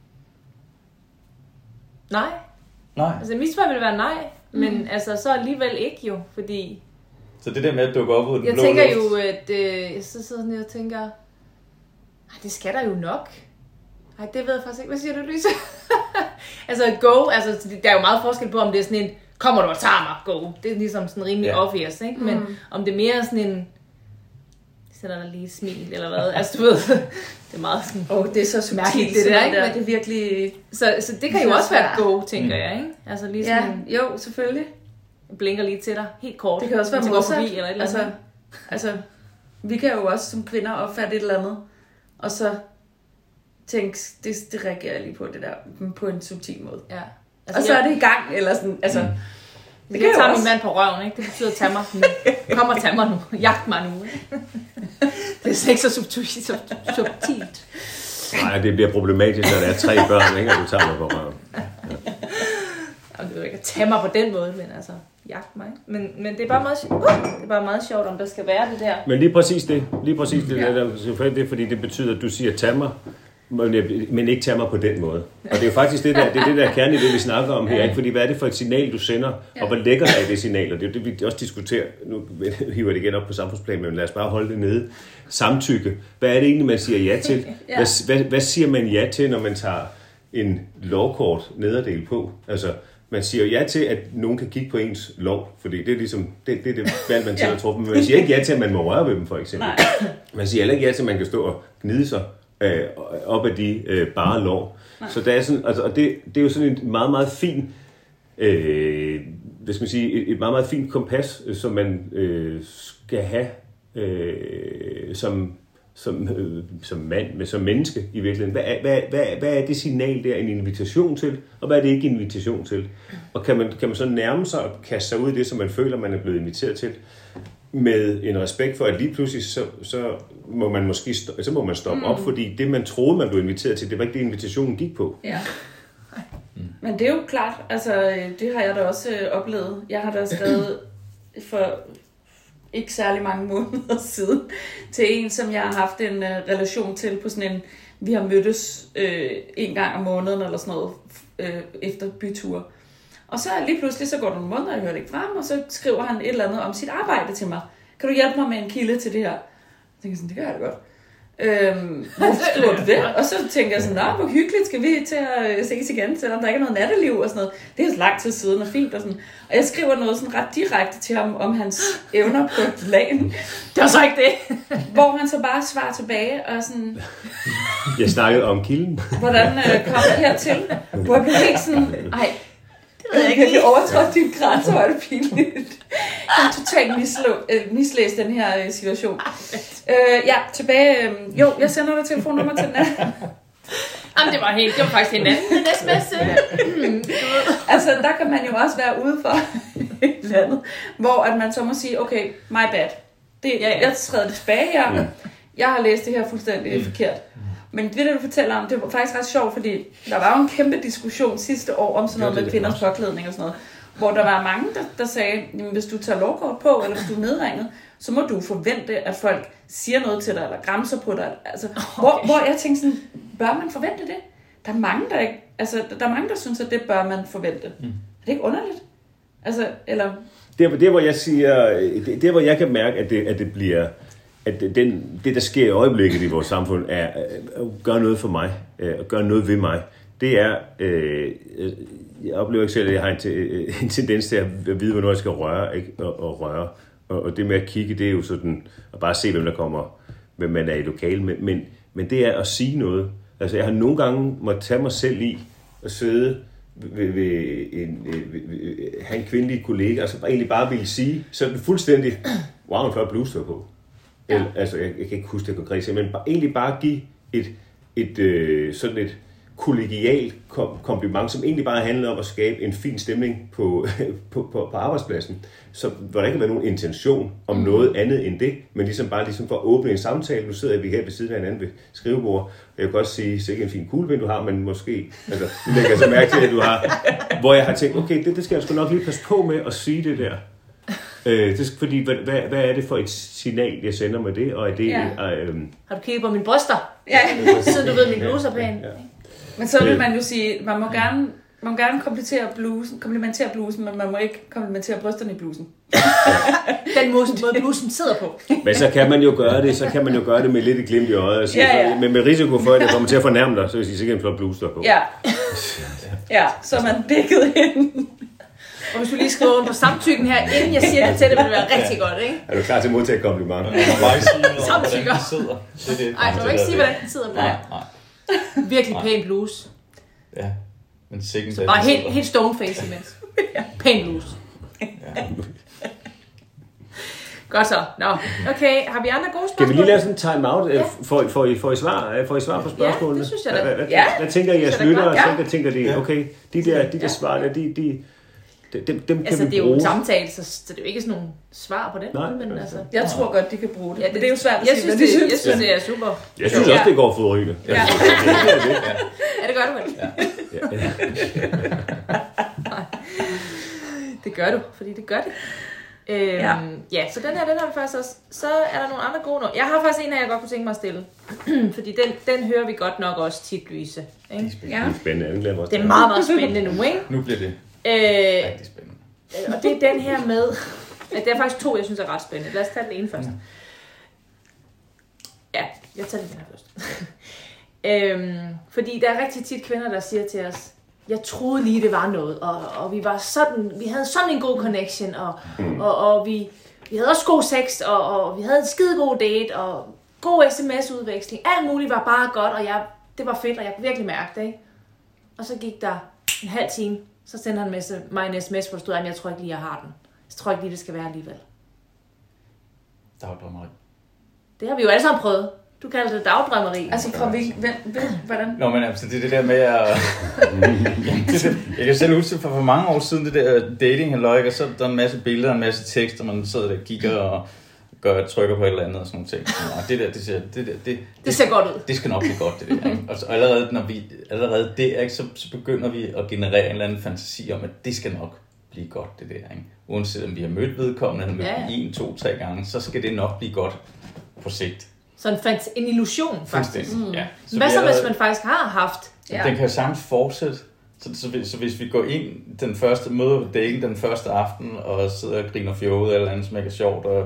Nej. Altså mit svar vil være nej, men altså så alligevel ikke jo, fordi... Så det der med at dukke op ud af den blå luft? Jeg tænker luft. jo, at jeg sidder sådan og tænker, det skal der jo nok. Nej, det ved jeg faktisk ikke. Hvad siger du, Louise? Altså go, altså der er jo meget forskel på, om det er sådan en, kommer du og tager mig, go. Det er ligesom sådan rimelig obvious, ikke? Men om det er mere sådan en, sætter der lige et smil, eller hvad? Altså du ved, det er meget sådan... det er så subtilt, mærkeligt, det der, ikke? Det er virkelig... Så det kan jo også være et go, tænker jeg, ikke? Altså lige sådan jo, selvfølgelig. Jeg blinker lige til dig, helt kort. Det kan også være modsat. Forbi, eller et eller andet. Altså, vi kan jo også som kvinder opfatte et eller andet, og så tænke, det reagerer jeg lige på det der, på en subtil måde. Ja. Altså, og så er det i gang, eller sådan, altså... Det kan jeg tage min mand på røven, ikke? Det betyder, tag mig nu. Kom og tag mig nu. Jagt mig nu. Det er ikke så subtilt. Nej, det bliver problematisk, når der er 3 børn, ikke? Og du tager mig på røven. Ja. Det er jo ikke at tage mig på den måde, men altså, jagt mig. Men det er bare meget, det er bare meget sjovt, om der skal være det der. Men lige præcis det der, det er fordi, det betyder, at du siger, tag mig, men ikke tage mig på den måde. Og det er jo faktisk det der kerne i det, vi snakker om her, ikke? Fordi hvad er det for et signal, du sender, og hvor lægger der i det signal? Og det er jo det, vi også diskuterer. Nu hiver det igen op på samfundsplan, men lad os bare holde det nede. Samtykke. Hvad er det egentlig, man siger ja til? Hvad siger man ja til, når man tager en lovkort nederdel på? Altså, man siger ja til, at nogen kan kigge på ens lov, fordi det er ligesom, det er det valg, man selv har truffet. Men man siger ikke ja til, at man må røre ved dem, for eksempel. Man siger heller ikke ja til, at man kan stå og gnide sig op af de bare lov. Så der er sådan, altså, og det er jo sådan en meget, meget fin, hvad skal man sige, et meget, meget fint kompas, som man skal have som mand, men som menneske i virkeligheden. Hvad er det signal der, en invitation til, og hvad er det ikke en invitation til? Og kan man så nærme sig og kaste sig ud i det, som man føler, man er blevet inviteret til, med en respekt for, at lige pludselig så må man måske må man stoppe op, fordi det, man troede, man blev inviteret til, det var ikke det, invitationen gik på. Ja. Men det er jo klart, altså det har jeg da også oplevet. Jeg har da skrevet for ikke særlig mange måneder siden til en, som jeg har haft en relation til på sådan en, vi har mødtes en gang om måneden eller sådan noget efter byture. Og så lige pludselig, så går der nogle måneder, jeg hører det ikke frem, og så skriver han et eller andet om sit arbejde til mig. Kan du hjælpe mig med en kilde til det her? Jeg tænker sådan, det gør jeg da godt. Hvorfor skriver du det? Og så tænker jeg sådan, hvor hyggeligt, skal vi til at ses igen, selvom der ikke er noget natteliv og sådan noget. Det er så lang tid siden og fint og sådan. Og jeg skriver noget sådan ret direkte til ham om hans evner på lagen. Det var så ikke det. Hvor han så bare svarer tilbage og sådan... Jeg snakkede om kilden. Hvordan kom jeg hertil? Hvor jeg blev helt sådan, jeg har virkelig overtrådt din grænser, og er det pinligt. Jeg har totalt mislæst den her situation. Tilbage. Jeg sender dig telefonnummer til den anden. Jamen, det var faktisk en anden sms. Altså, der kan man jo også være ude for et eller andet, hvor at man så må sige, okay, my bad. Jeg træder det tilbage her. Jeg har læst det her fuldstændig forkert. Men det, du fortæller om, det var faktisk ret sjovt, fordi der var jo en kæmpe diskussion sidste år om sådan noget med kvinders påklædning og sådan noget, hvor der var mange, der sagde, jamen, hvis du tager lovkort på, eller hvis du er nedringet, så må du forvente, at folk siger noget til dig, eller gramser på dig. Altså, hvor jeg tænkte sådan, bør man forvente det? Der er mange, der synes, at det bør man forvente. Er det ikke underligt? Altså, eller... Det hvor jeg siger, det hvor jeg kan mærke, at det bliver, at det der sker i øjeblikket i vores samfund, er at gøre noget for mig, at gøre noget ved mig. Det er, jeg oplever ikke selv, at jeg har en tendens til at vide, hvornår jeg skal røre, ikke? Og røre. Og det med at kigge, det er jo sådan, at bare se, hvem der kommer, hvem man er i lokale. Men det er at sige noget. Altså, jeg har nogle gange måttet tage mig selv i at sidde have en kvindelig kollega, og så egentlig bare ville sige, sådan fuldstændig, wow, en flot bluse der på. Ja. Altså, jeg kan ikke huske det konkret, men egentlig bare give sådan et kollegialt kompliment, som egentlig bare handler om at skabe en fin stemning på arbejdspladsen, så hvor der ikke kan være nogen intention om noget andet end det, men ligesom for at åbne en samtale. Nu sidder vi her ved siden af hinanden ved skrivebord, jeg kan godt sige, sikkert en fin kuglepind du har, men måske, altså, lægger så mærke til, at du har, hvor jeg har tænkt, okay, det skal jeg sgu nok lige passe på med at sige det der. Fordi, hvad er det for et signal, jeg sender med det, og er det... Har du kigget på mine bryster? Ja. Så du ved, min bluse er pæn. Ja. Men så vil man jo sige, man må gerne komplimentere blusen, men man må ikke komplimentere brysterne i blusen. Den måde blusen sidder på. Men så kan man jo gøre det, med lidt et glimt i øjet, og sige, med risiko for, at det kommer til at fornærme dig, så vil jeg sige, sikkert en flot bluse der på. Ja, så er man dækket ind. Og hvis du lige skriver under på samtykken her, inden jeg siger det til det, vil det være rigtig godt, ikke? Er du klar til at modtage komplimenter? Samtykker. Nej, du må ikke sige, hvordan den sidder på. Nej. Virkelig pæn bluse. Ja, men sikkert... Så bare helt stoneface imens. Pæn bluse. Ja. Godt så. Nå, okay. Har vi andre gode spørgsmål? Kan vi lige lave sådan en time-out? Får I svar på spørgsmålene? Ja, det synes jeg da. Hvad tænker I, jeres lyttere? Tænker de, okay, de der svar, dem kan altså, vi bruge. Det er jo en samtale, så det er jo ikke sådan nogle svar på den. Nej, men altså... Jeg tror godt, de kan bruge det. Ja, det er jo svært at sige, hvad de synes. Jeg synes, det er super. Jeg synes også, det går forrygende. Ja, det gør du vel. Det gør du, fordi det gør det. Så den har vi faktisk også. Så er der nogle andre gode nu. Jeg har faktisk en her, jeg godt kunne tænke mig at stille. Fordi den hører vi godt nok også tit, Louise. Ikke? Det er spændende. Det er meget, meget spændende nu, ikke? Nu bliver det rigtig spændende. Og det er den her med... Det er faktisk to, jeg synes er ret spændende. Lad os tage den ene først. Ja, jeg tager den her først. Fordi der er rigtig tit kvinder, der siger til os, jeg troede lige, det var noget, og vi havde sådan en god connection, og vi havde også god sex, og vi havde en skide god date, og god sms-udveksling. Alt muligt var bare godt, og det var fedt, og jeg kunne virkelig mærke det, ikke? Og så gik der en halv time, så sendte han mig en sms, hvor der stod, at jeg tror ikke lige, jeg har den. Jeg tror ikke lige, det skal være alligevel. Dagdrømmeri. Det har vi jo alle sammen prøvet. Du kalder det dagdrømmeri. Altså fra hvordan? Nå, men altså, det er det der med at... jeg kan selv huske for mange år siden, det der dating-halløj, og så er der en masse billeder, en masse tekster, man sidder der og kigger og trykker på et eller andet og sådan nogle ting. Og det ser godt ud. Det skal nok blive godt, det der. Ikke? Og så allerede der, ikke, så begynder vi at generere en eller anden fantasi om, at det skal nok blive godt, det der. Ikke? Uanset om vi har mødt vedkommende, eller mødt 1, 2, 3 gange, så skal det nok blive godt på sigt. Så en illusion, faktisk. Ja. Hvad så, hvis man faktisk har haft? Ja. Den kan jo sagtens fortsætte. Så hvis vi går ind den første møde på dagen den første aften, og sidder og griner fjollet eller andet, som ikke er sjovt, og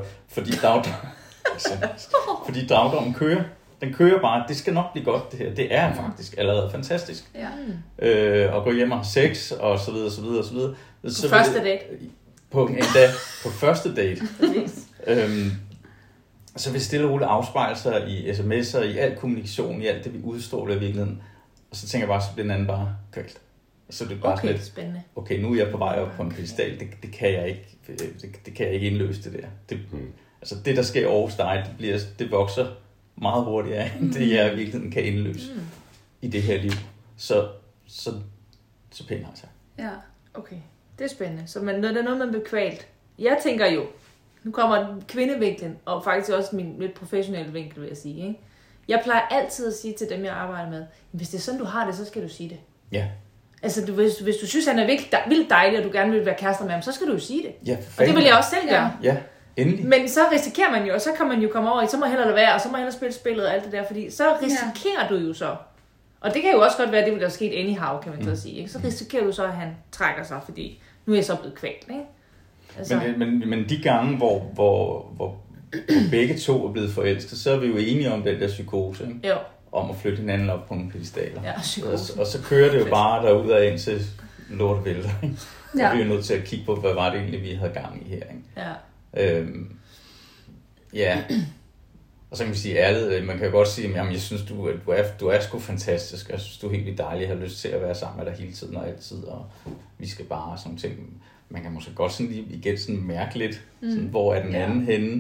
fordi dagdrømmen kører. Den kører bare, det skal nok blive godt det her. Det er faktisk allerede fantastisk. Ja. Og gå hjem og have sex, og så videre, så videre, så videre. Så første date? På første date. Så vil stille og roligt afspejle sig i sms'er, i al kommunikation, i alt det, vi udstår i virkeligheden. Og så tænker jeg bare, så bliver den anden bare kvalt. Så det er bare sådan lidt, spændende. Okay, nu er jeg på vej op på en pedestal, det kan jeg ikke, det kan jeg ikke indløse det der. Altså det, der sker over dig, det vokser meget hurtigere, end det jeg i virkeligheden kan indløse i det her liv. Så pænt har jeg. Ja, okay. Det er spændende. Så det er noget, man bliver kvalt. Jeg tænker jo, nu kommer kvindevinklen, og faktisk også min lidt professionelle vinkel, vil jeg sige. Ikke? Jeg plejer altid at sige til dem, jeg arbejder med, hvis det er sådan, du har det, så skal du sige det. Ja. Altså, hvis du synes, han er vildt dejlig, og du gerne vil være kærester med ham, så skal du jo sige det. Ja, og det vil jeg også selv gøre. Ja, endelig. Men så risikerer man jo, og så kan man jo komme over i, så må jeg hellere lade være, og så må jeg hellere spille spillet og alt det der, fordi så risikerer du jo så. Og det kan jo også godt være, det vil der sket anyhow, kan man så sige. Ikke? Så risikerer du så, at han trækker sig, fordi nu er jeg så blevet kvalt. Ikke? Altså. Men de gange, hvor begge to er blevet forelsket, så er vi jo enige om den der psykose, ikke? Jo. Om at flytte hinanden op på nogle pedestaler. Ja, og så kører det jo bare derudad ind til lort vælter. Så Ja. vi er jo nødt til at kigge på, hvad var det egentlig, vi havde gang i her. Ikke? Ja. Ja. Og så kan vi sige ærligt, man kan godt sige, at jeg synes, du er sgu fantastisk. Jeg synes, du er helt vildt dejlig. Jeg har lyst til at være sammen med dig hele tiden og altid. Og vi skal bare sådan ting. Man kan måske godt sådan lige igen sådan mærke lidt, sådan, hvor er den anden henne.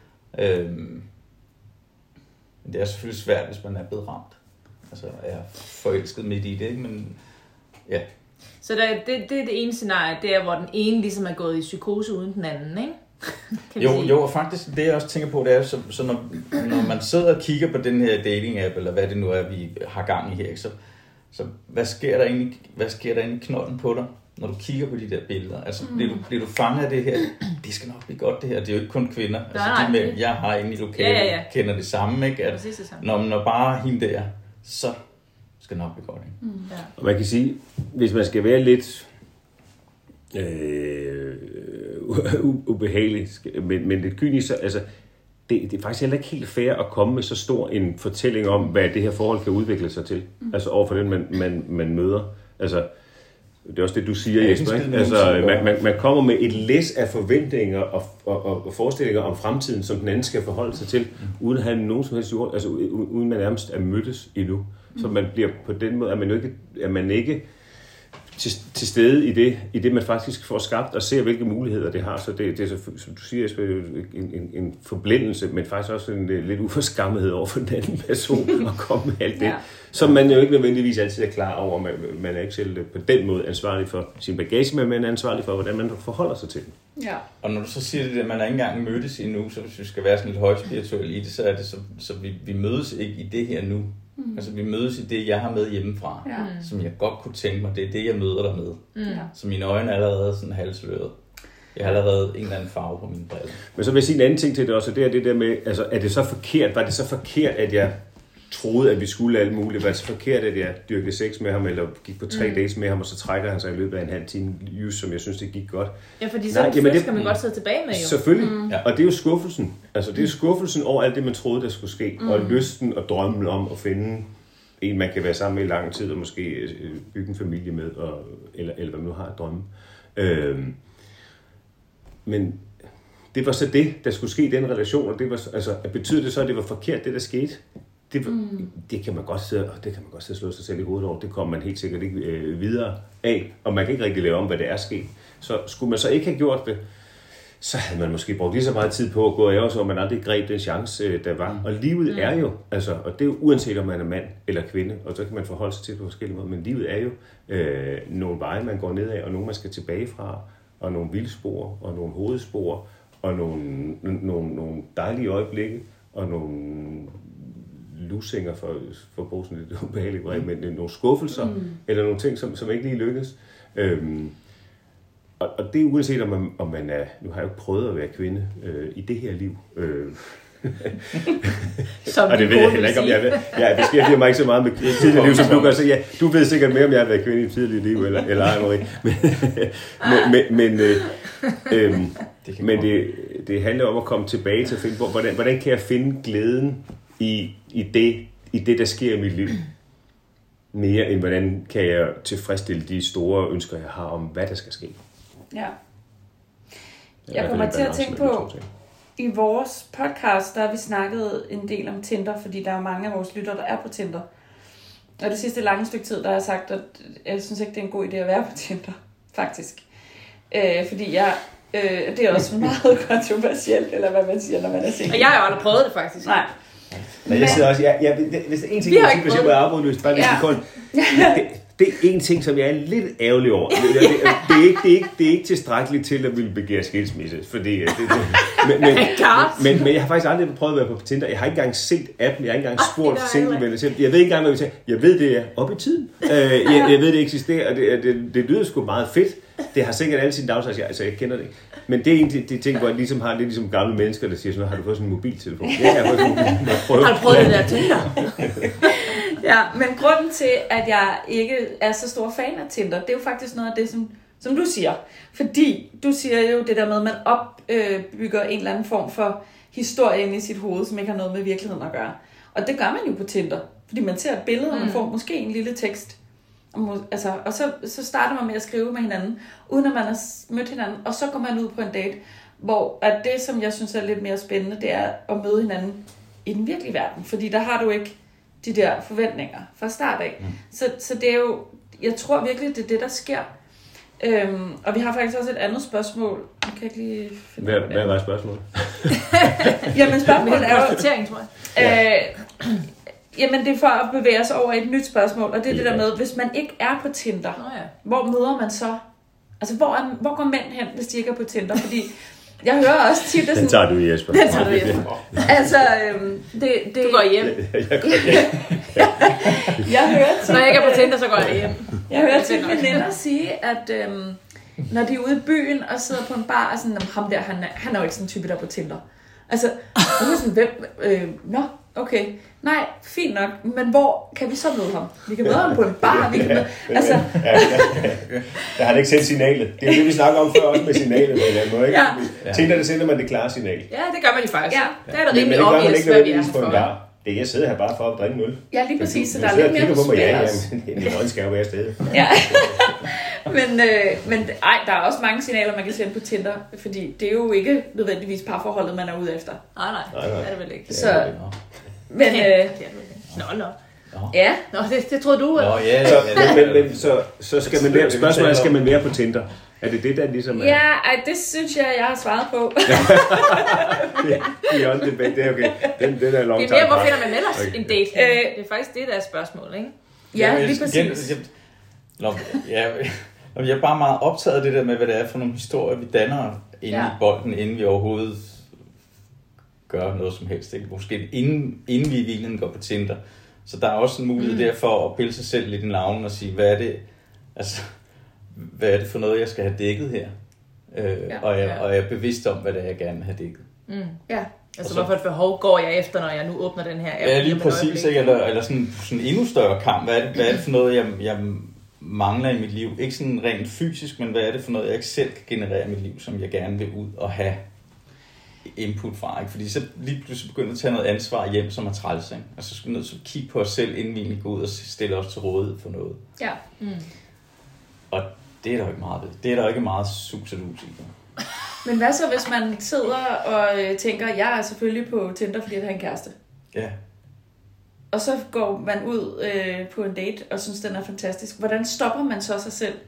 Men det er selvfølgelig svært, hvis man er blevet ramt. Altså er forelsket midt i det, ikke? Men ja. Så det er det ene scenarie, det er, hvor den ene ligesom er gået i psykose uden den anden, ikke? Jo, og faktisk det jeg også tænker på, det er, så når man sidder og kigger på den her dating-app, eller hvad det nu er, vi har gang i her, ikke? Så hvad sker der egentlig i knolden på dig, når du kigger på de der billeder? Altså bliver du fanget af det her? Det skal nok blive godt det her. Det er jo ikke kun kvinder. Altså de mænd, jeg har inde i lokalet, kender det samme, ikke? At når bare hende der, så skal det nok blive godt, ikke? Ja. Og man kan sige, hvis man skal være lidt ubehagelig, men lidt kynisk, altså det er faktisk heller ikke helt fair at komme med så stor en fortælling om, hvad det her forhold kan udvikle sig til. Altså overfor den, man møder. Altså, det er også det, du siger, Jesper. Altså, man kommer med et læs af forventninger og forestillinger om fremtiden, som den anden skal forholde sig til, uden at have nogen som helst jord, altså uden man nærmest er mødtes endnu. Så man bliver på den måde, at man ikke til stede i det, man faktisk får skabt, og ser, hvilke muligheder det har. Så det er, som du siger, Jesper, en forblændelse, men faktisk også en lidt uforskammethed over for den anden person, at komme med alt det, som man jo ikke nødvendigvis altid er klar over. Man er ikke selv på den måde ansvarlig for sin bagage, men man er ansvarlig for, hvordan man forholder sig til den. Ja. Og når du så siger det, at man er ikke engang mødtes endnu, så hvis vi skal være sådan lidt højspirituelle i det, så er det så vi mødes ikke i det her nu. Altså vi mødes i det, jeg har med hjemmefra, som jeg godt kunne tænke mig. Det er det, jeg møder dig med. Så mine øjne er allerede sådan halvsløret. Jeg har allerede en eller anden farve på mine briller. Men så vil jeg sige en anden ting til det også, og det er det der med, altså er det så forkert, var det så forkert, at jeg troede, at vi skulle alt muligt? Var det så forkert, at jeg dyrkede sex med ham, eller gik på 3 dates med ham, og så trækker han sig i løbet af en halv time, just som jeg synes, det gik godt? Ja, fordi så det skal man godt sidde tilbage med, jo. Selvfølgelig, og det er jo skuffelsen. Altså det er skuffelsen over alt det, man troede, der skulle ske, og lysten og drømmen om at finde en, man kan være sammen med i lang tid, og måske bygge en familie med, eller hvad man nu har at drømme. Men det var så det, der skulle ske i den relation, og det var, altså, betyder det så, at det var forkert, det der skete? Det kan man godt sidde og slå sig selv i hovedet over. Det kommer man helt sikkert ikke videre af, og man kan ikke rigtig lave om, hvad det er sket. Så skulle man så ikke have gjort det, så havde man måske brugt lige så meget tid på at gå af, og så man aldrig greb den chance, der var. Og livet er jo, altså, og det er jo uanset om man er mand eller kvinde, og så kan man forholde sig til på forskellige måder, men livet er jo nogle veje, man går ned af, og nogle man skal tilbage fra, og nogle vildspor, og nogle hovedspor, og nogle dejlige øjeblikke, og nogle lusinger for at bruge sådan lidt ubehageligt, men nogle skuffelser, eller nogle ting, som ikke lige lykkes. Og det er uanset om man er, nu har jeg jo ikke prøvet at være kvinde i det her liv. Og det ved jeg heller ikke, om jeg beskæftiger mig ikke så meget med tidligere liv, som du gør. Så ja, du ved sikkert mere, om jeg har været kvinde i tidligere liv, eller ej, Marie. Men det handler om at komme tilbage til at finde, hvordan kan jeg finde glæden i det, der sker i mit liv, mere end hvordan kan jeg tilfredsstille de store ønsker, jeg har om, hvad der skal ske. Ja. Jeg kommer til at tænke på, i vores podcast, der har vi snakket en del om Tinder, fordi der er mange af vores lyttere, der er på Tinder. Og det sidste lange stykke tid, der har jeg sagt, at jeg synes ikke, det er en god idé at være på Tinder, faktisk. Fordi det er også meget kontroversielt, eller hvad man siger, når man er single. Og jeg har jo aldrig prøvet det, faktisk. Nej. Men jeg sidder også, hvis der er en ting, jeg må afbryde løst, bare lige Det er en ting, som jeg er lidt ærgerlig over. Det er ikke tilstrækkeligt til at ville begære skilsmisse, fordi men jeg har faktisk aldrig prøvet at være på Tinder. Jeg har ikke engang set appen, jeg har ikke engang spurgt singlevenner selv. Jeg ved ikke engang, hvad vi siger. Jeg ved, det er oppe i tiden. Jeg ved, det eksisterer, og det lyder sgu meget fedt. Det har sikkert alle sine dagsager, altså jeg kender det ikke. Men det er en af de ting, hvor jeg ligesom har lidt ligesom gamle mennesker, der siger sådan, har du fået sådan en mobiltelefon? Ja, jeg har fået sådan en mobiltelefon. Har du prøvet det der Tinder? Ja, men grunden til, at jeg ikke er så stor fan af Tinder, det er jo faktisk noget af det, som du siger. Fordi du siger jo det der med, at man opbygger en eller anden form for historie inde i sit hoved, som ikke har noget med virkeligheden at gøre. Og det gør man jo på Tinder, fordi man ser et billede, og man får måske en lille tekst. Og så starter man med at skrive med hinanden, uden at man har mødt hinanden, og så går man ud på en date, hvor at det, som jeg synes er lidt mere spændende, det er at møde hinanden i den virkelige verden. Fordi der har du ikke de der forventninger fra start af. Så det er jo, jeg tror virkelig, det er det, der sker. Og vi har faktisk også et andet spørgsmål. Jeg kan ikke lige finde hvad var spørgsmålet? Jamen spørgsmålet er jo... tror jeg. Jamen det er for at bevæge os over et nyt spørgsmål, og det er det der med, hvis man ikke er på Tinder, hvor møder man så? Altså hvor går mænd hen, hvis de ikke er på Tinder? Fordi jeg hører også tit... Den tager du, Jesper. Altså, du går hjem. Jeg hører tit... Når jeg ikke er på Tinder, så går jeg hjem. Jeg hører tit veninder sige, at når de er ude i byen og sidder på en bar, og sådan, ham der, han er jo ikke sådan en type, der er på Tinder. Altså, sådan, okay. Nej, fint nok, men hvor kan vi så møde ham? Vi kan møde ham på en bar, vi kan møde... Altså... Jeg har ikke sendt signalet. Det er jo det, vi snakker om før, også med signalet. Ikke? Ja. Tinder, det sender man det klare signal. Ja, det gør man jo faktisk. Ja. Det er da rimelig obvious, hvad vi er for. Det er, jeg sidder her bare for at drikke en øl. Ja, lige præcis, så der er lidt mere på spil også. Min øjne skal jo være afsted. Ja, men der er også mange signaler, man kan sende på Tinder, fordi det er jo ikke nødvendigvis parforholdet, man er ude efter. Nej, det er det vel ikke. Så... Men, Ja. Nå, det troede du. Så skal man være, spørgsmålet skal man være på Tinder. Er det det, der ligesom er? Ja, det synes jeg har svaret på. Det er også debat, det er okay. Den er long time. Det er mere, hvor finder man ellers en date? Det er faktisk det, der er spørgsmålet, ikke? Ja, lige præcis. Jeg er bare meget optaget af det der med, hvad det er for nogle historier, vi danner inde i bolden, inden vi overhovedet gør noget som helst. Ikke? Måske inden vi i virkeligheden går på Tinder. Så der er også en mulighed der for at pille sig selv lidt i navnen og sige, hvad er det for noget, jeg skal have dækket her? Og jeg er bevidst om, hvad det er, jeg gerne vil have dækket. Ja. Altså, hvorfor et behov går jeg efter, når jeg nu åbner den her app? Ja, lige præcis. Eller sådan endnu større kamp. Hvad er det for noget, jeg mangler i mit liv? Ikke sådan rent fysisk, men hvad er det for noget, jeg ikke selv kan generere i mit liv, som jeg gerne vil ud og have input fra? Ikke? Fordi så lige pludselig begynder at tage noget ansvar hjem, som er træls. Ikke? Altså, så skal vi nødt til at kigge på os selv, inden vi egentlig går ud og stille os til rådighed for noget. Ja. Og det er der jo ikke meget ved. Det er der jo ikke meget subsidus i. Men hvad så, hvis man sidder og tænker, jeg er selvfølgelig på Tinder, fordi jeg har en kæreste? Ja. Og så går man ud på en date og synes, den er fantastisk. Hvordan stopper man så sig selv?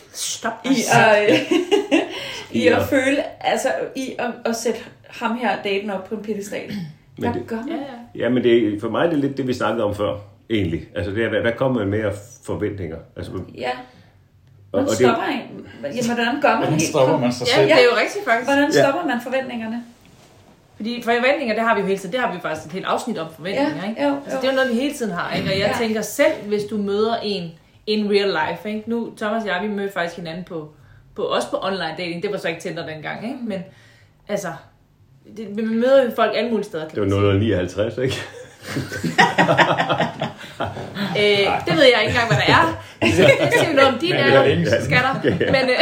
I at føle, altså i at sætte ham her daten op på en pedestal. Hvad gør man? Ja, men det, for mig er det lidt det, vi snakkede om før, egentlig. Altså, det er, hvad kommer man med af forventninger? Altså, ja. Hvordan stopper man? Jamen, hvordan gør man? Hvordan stopper man sig selv? Ja, det er jo rigtigt faktisk. Hvordan stopper man forventningerne? Fordi forventninger, det har vi jo hele tiden. Det har vi faktisk et helt afsnit om forventninger, ikke? Jo. Altså, det er jo noget, vi hele tiden har, ikke? Og jeg tænker selv, hvis du møder en in real life, ikke? Nu, Thomas og jeg, vi mødte faktisk hinanden også på online dating. Det var så ikke Tinder dengang, ikke? Men altså, vi møder jo folk alle mulige steder. Det var 059, ikke? Det ved jeg ikke engang, hvad der er. Det siger vi noget om dine skatter.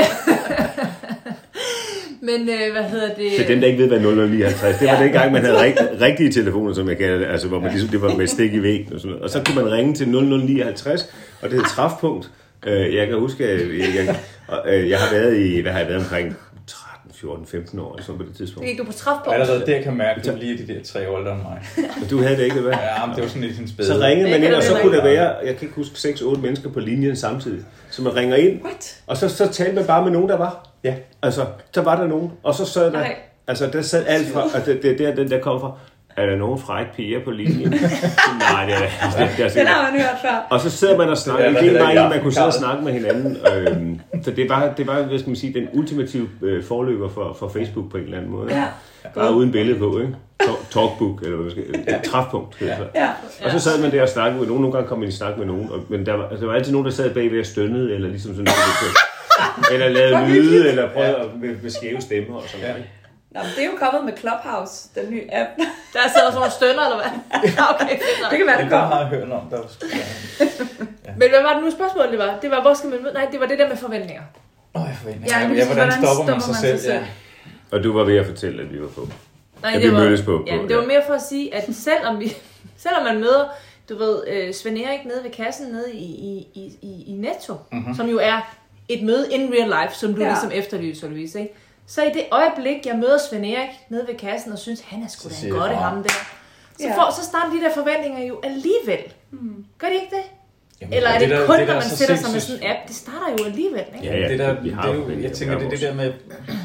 Men hvad hedder det? Så dem, der ikke ved, hvad 059, det var dengang, man havde rigtige telefoner, som jeg kalder det, altså hvor man ligesom, det var med stik i væggen og sådan noget. Og så kunne man ringe til 0059, og det hed Træfpunkt. Jeg kan huske, jeg har været i, hvad har jeg været omkring 14-15 år, så på det tidspunkt. Gik du på Træfpunkt? Allerede det, jeg kan mærke, det lige de der 3 år ældre end mig. Og du havde det ikke, hvad? Ja, men det var sådan lidt en spæde. Så ringede man ind, og så kunne der være, jeg kan ikke huske, 6-8 mennesker på linjen samtidig. Så man ringer ind, og så talte man bare med nogen, der var. Ja, altså, så var der nogen, og så sad der, altså der sad alt fra, og det der den der kom fra, er der nogen frække piger på linjen? Nej, det er den har man hørt før. Og så sidder man og snakker. Det var en, man kunne sidde og snakke med hinanden. Så det var, hvad skal man sige, den ultimative forløber for Facebook på en eller anden måde. Ja. Bare uden billede på, ikke? Talkbook, eller hvad man skal, træfpunkt. Ja. Og så sad man der og snakkede med nogen. Nogle gange kom man i snak med nogen. Men der var altid nogen, der sad bagved og stønnede, eller ligesom sådan noget. Eller lavede lyde, eller prøvede med skæve stemmer og sådan noget. Nå, men det er jo kommet med Clubhouse, den nye app. Der sidder sådan nogle stønner, eller hvad? Okay, det kan være, det kommer. Det har jeg hørt om, der Men hvad var det nu spørgsmålet, det var? Det var, hvor skal man møde? Nej, det var det der med forventninger. Forventninger. Ja, hvordan stopper man sig selv? Ja. Og du var ved at fortælle, at vi var på. Nej, at vi mødtes på. Ja, det var mere for at sige, at selvom man møder, du ved, Svend Erik nede ved kassen nede i Netto, som jo er et møde in real life, som du ligesom efterlyser, Louise, ikke? Så i det øjeblik, jeg møder Svend Erik nede ved kassen og synes, han er sgu da en godt af ham der, så starter de der forventninger jo alligevel. Gør de ikke det? Jamen, eller er det kun, når man sætter sig med sådan en app? Det starter jo alligevel, ikke? Ja, det er jo, jeg tænker, det der med...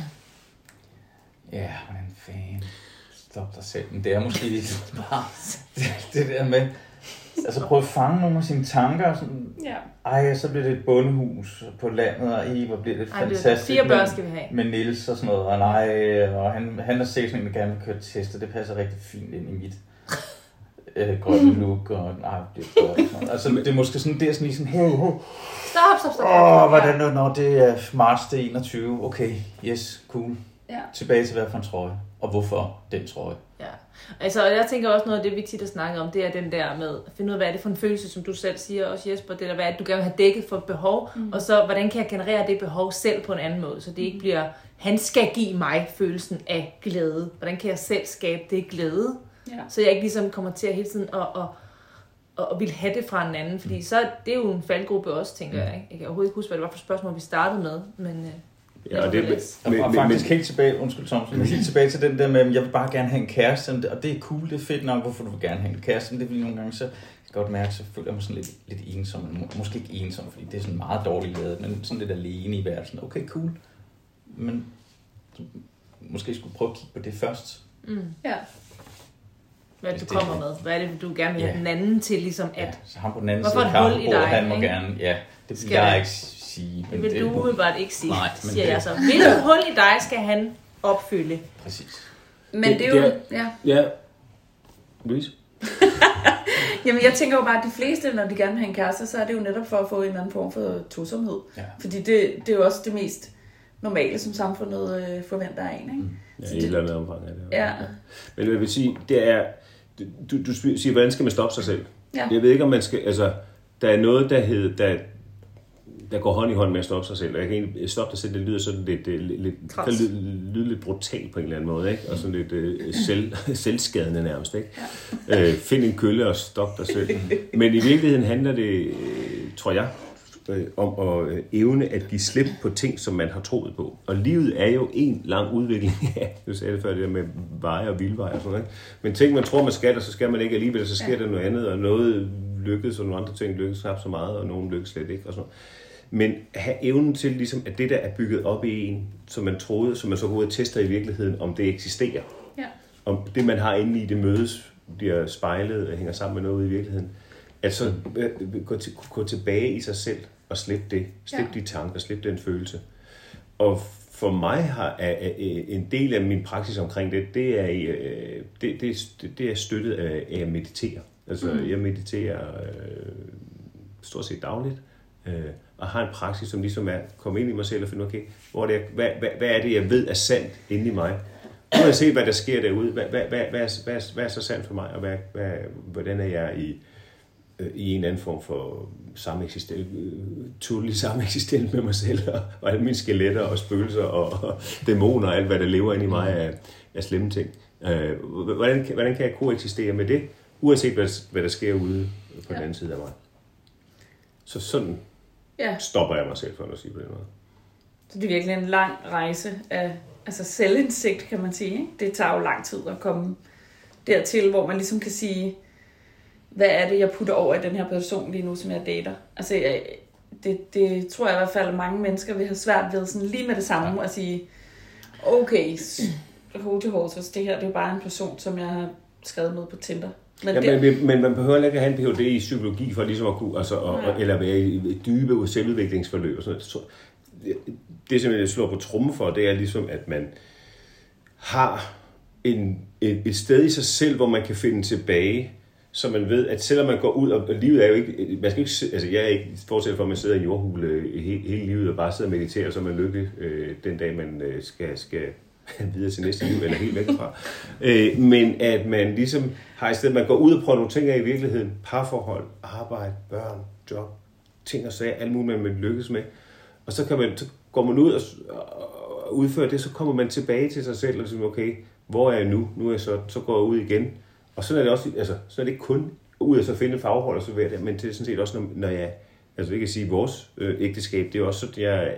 Ja, hvordan fanden... Stop dig selv. Men det er måske lidt bare... det der med... Altså prøv at fange nogle af sine tanker. Sådan, ej, så bliver det et bondehus på landet, og hvor bliver det fantastisk. 4 børn skal vi have. Med Niels og sådan noget. Og nej, og han har set sådan en, der gerne vil køre test, og det passer rigtig fint ind i mit grønne look. Og nej, det er godt. Altså det er måske sådan, det er sådan lige sådan... Stop. Hvordan når det er marts det 21? Okay, yes, cool. Ja. Tilbage til hvad for en trøje. Og hvorfor den trøje. Ja. Altså, jeg tænker også noget af det, vi tit har snakket om, det er den der med at finde ud af, hvad er det for en følelse, som du selv siger også, Jesper, det der, hvad er det, du gerne vil have dækket for et behov, og så, hvordan kan jeg generere det behov selv på en anden måde, så det ikke bliver, han skal give mig følelsen af glæde. Hvordan kan jeg selv skabe det glæde, så jeg ikke ligesom kommer til at hele tiden og vil have det fra en anden, fordi så det er jo en faldgruppe også, tænker jeg. Ikke? Jeg kan overhovedet ikke huske, hvad det var for spørgsmål, vi startede med, men... Ja, og det faktisk helt tilbage, undskyld Thomsen, men helt tilbage til den der med, at jeg vil bare gerne have en kæreste, og det er cool, det er fedt nok, hvorfor du vil gerne have en kæreste, men det vil nogle gange så godt mærke, så føler jeg mig sådan lidt ensom, måske ikke ensom, fordi det er sådan meget dårligt lavet, men sådan lidt alene i verden, okay, cool, men måske skulle prøve at kigge på det først. Ja. Hvad du kommer med, hvad er det, du gerne vil have den anden til, ligesom at... Ja, så ham på den anden side har bordet, han må gerne, det vil jeg ikke sige. Det vil du umiddelbart ikke sige, siger jeg så. Hvilket hul i dig skal han opfylde? Præcis. Men det er jo... Ja. Louise? Jamen, jeg tænker jo bare, at de fleste, når de gerne vil have en kæreste, så er det jo netop for at få en eller anden form for tosomhed. Ja. Fordi det er jo også det mest normale, som samfundet forventer af en, ikke? Ja, i et eller andet omfang er det. Ja. Men jeg vil sige, det er... Du siger, hvordan skal man stoppe sig selv? Ja. Jeg ved ikke, om man skal... Altså, der er noget, der går hånd i hånd med at stoppe sig selv. Jeg kan egentlig stoppe dig selv, det lyder sådan lidt brutalt på en eller anden måde, ikke? Og sådan lidt selvskadende nærmest, ikke? Ja. Find en kølle og stop dig selv. Men i virkeligheden handler det, tror jeg, om at evne at give slip på ting, som man har troet på. Og livet er jo en lang udvikling. Ja, du sagde det før, det der med veje og vildveje og sådan noget. Men ting, man tror, man skal, og så skal man ikke alligevel, og så sker der noget andet, og noget lykkedes, og nogle andre ting lykkedes knap så meget, og nogle lykkedes slet ikke. Og sådan. Men have evnen til, ligesom, at det der er bygget op i en, som man troede, som man så går ud og tester i virkeligheden, om det eksisterer. Ja. Om det, man har inde i det mødes, bliver spejlet og hænger sammen med noget ude i virkeligheden. At så gå tilbage i sig selv og slippe det. Slippe de tanker, slippe den følelse. Og for mig er en del af min praksis omkring det er støttet af at meditere. Altså, jeg mediterer stort set dagligt, og har en praksis, som ligesom er at komme ind i mig selv og finde, okay, hvad er det, jeg ved er sandt inde i mig? Nu kan jeg se, hvad der sker derude. Hvad er så sandt for mig, og hvordan er jeg i en anden form for sameksistens med mig selv, og alle mine skeletter og spøgelser og dæmoner og alt, hvad der lever inde i mig af slemme ting. Hvordan kan jeg koeksistere med det, uanset hvad der sker ude på den anden side af mig? Så sådan stopper jeg mig selv for at sige på den måde. Så det er virkelig en lang rejse af selvindsigt, kan man sige. Ikke? Det tager jo lang tid at komme dertil, hvor man ligesom kan sige, hvad er det, jeg putter over i den her person lige nu, som jeg dater? Altså, det tror jeg i hvert fald, at mange mennesker vil have svært ved sådan lige med det samme at sige, okay, hold horses, det her det er bare en person, som jeg har skrevet noget på Tinder. Men man behøver ikke at have en Ph.D. i psykologi for ligesom at kunne, eller være i dybe selvudviklingsforløb og sådan noget. Det som jeg slår på tromme for, det er ligesom, at man har et sted i sig selv, hvor man kan finde tilbage, så man ved, at selvom man går ud, og livet er jo ikke, man skal ikke, altså jeg er ikke fortsat for, at man sidder i en jordhule hele livet og bare sidder og mediterer, så er man lykkelig den dag, man skal videre til næste liv, eller helt væk fra. Men at man ligesom har i stedet, man går ud og prøver nogle ting af i virkeligheden, parforhold, arbejde, børn, job, ting og sager, alt muligt, man lykkes med. Og så går man ud og udfører det, så kommer man tilbage til sig selv og siger, okay, hvor er jeg nu? Nu er jeg så går jeg ud igen. Og sådan er det også, altså, så er det ikke kun ud at så finde et faghold og så være der, men det er sådan set også, når jeg, altså jeg kan sige, vores ægteskab, det er også sådan, jeg,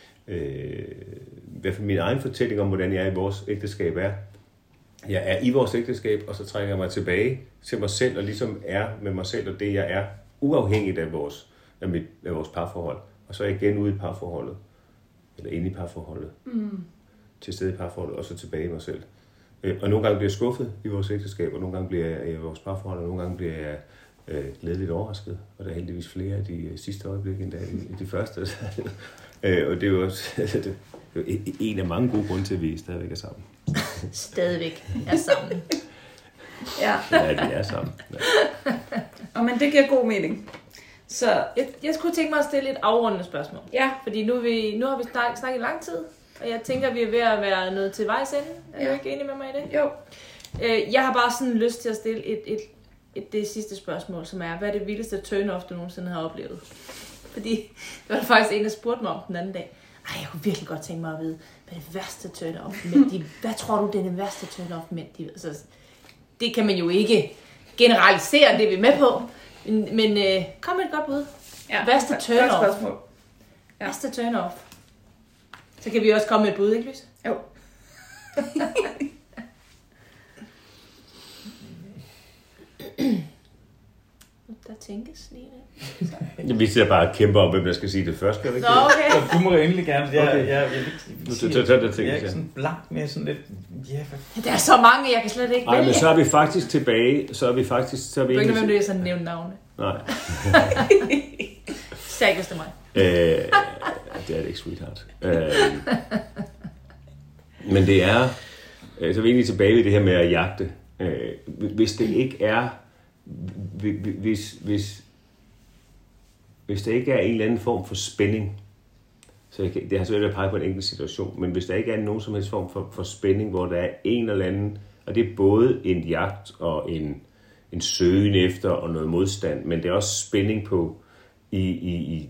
i hvert fald min egen fortælling om, hvordan jeg i vores ægteskab er. Jeg er i vores ægteskab, og så trækker jeg mig tilbage til mig selv, og ligesom er med mig selv, og det jeg er, uafhængigt af vores parforhold. Og så er jeg igen ude i parforholdet, eller inde i parforholdet, til stede i parforholdet, og så tilbage i mig selv. Og nogle gange bliver jeg skuffet i vores ægteskab, og nogle gange bliver jeg i vores parforhold, og nogle gange bliver jeg glædeligt overrasket. Og der er heldigvis flere af de sidste øjeblikke, end de første. Og det er jo også det er en af mange gode grunde til, at vi stadigvæk er sammen. Stadigvæk er sammen. Ja, vi er sammen. Ja. Og men det giver god mening. Så jeg skulle tænke mig at stille et afrundende spørgsmål. Ja. Fordi nu har vi snakket lang tid, og jeg tænker, at vi er ved at være nået til vejs ende. Er du ikke enig med mig i det? Jo. Jeg har bare sådan lyst til at stille det sidste spørgsmål, som er, hvad er det vildeste turn-off, du nogensinde har oplevet? Fordi det var faktisk en, der spurgte mig om den anden dag. Jeg kunne virkelig godt tænke mig at vide, hvad er det værste turn-off mænd? Hvad tror du, det er det værste turn-off mænd? Altså, det kan man jo ikke generalisere, det er vi med på. Men kom med et godt bud. Ja, værste turn-off. Ja. Værste turn-off. Så kan vi også komme med et bud, ikke Lys? Jo. Der tænkes lige lidt. Vi sidder bare og kæmper om, hvem der skal sige det først. Kan Nå, okay. Du må endelig gerne. Jeg er ikke sådan blank med sådan lidt... Der er så mange, jeg kan slet ikke vælge. Men så er vi faktisk tilbage. Du ved ikke, hvem det er sådan nævnt navne. Nej. Sikkert det mig. Det er det ikke, sweetheart. Men det er... Så er vi egentlig tilbage ved det her med at jagte. Hvis det ikke er... Hvis der ikke er en eller anden form for spænding, så det har svært at pege på en enkelt situation, men hvis der ikke er nogen som helst form for spænding, hvor der er en eller anden, og det er både en jagt og en søgen efter og noget modstand, men det er også spænding på i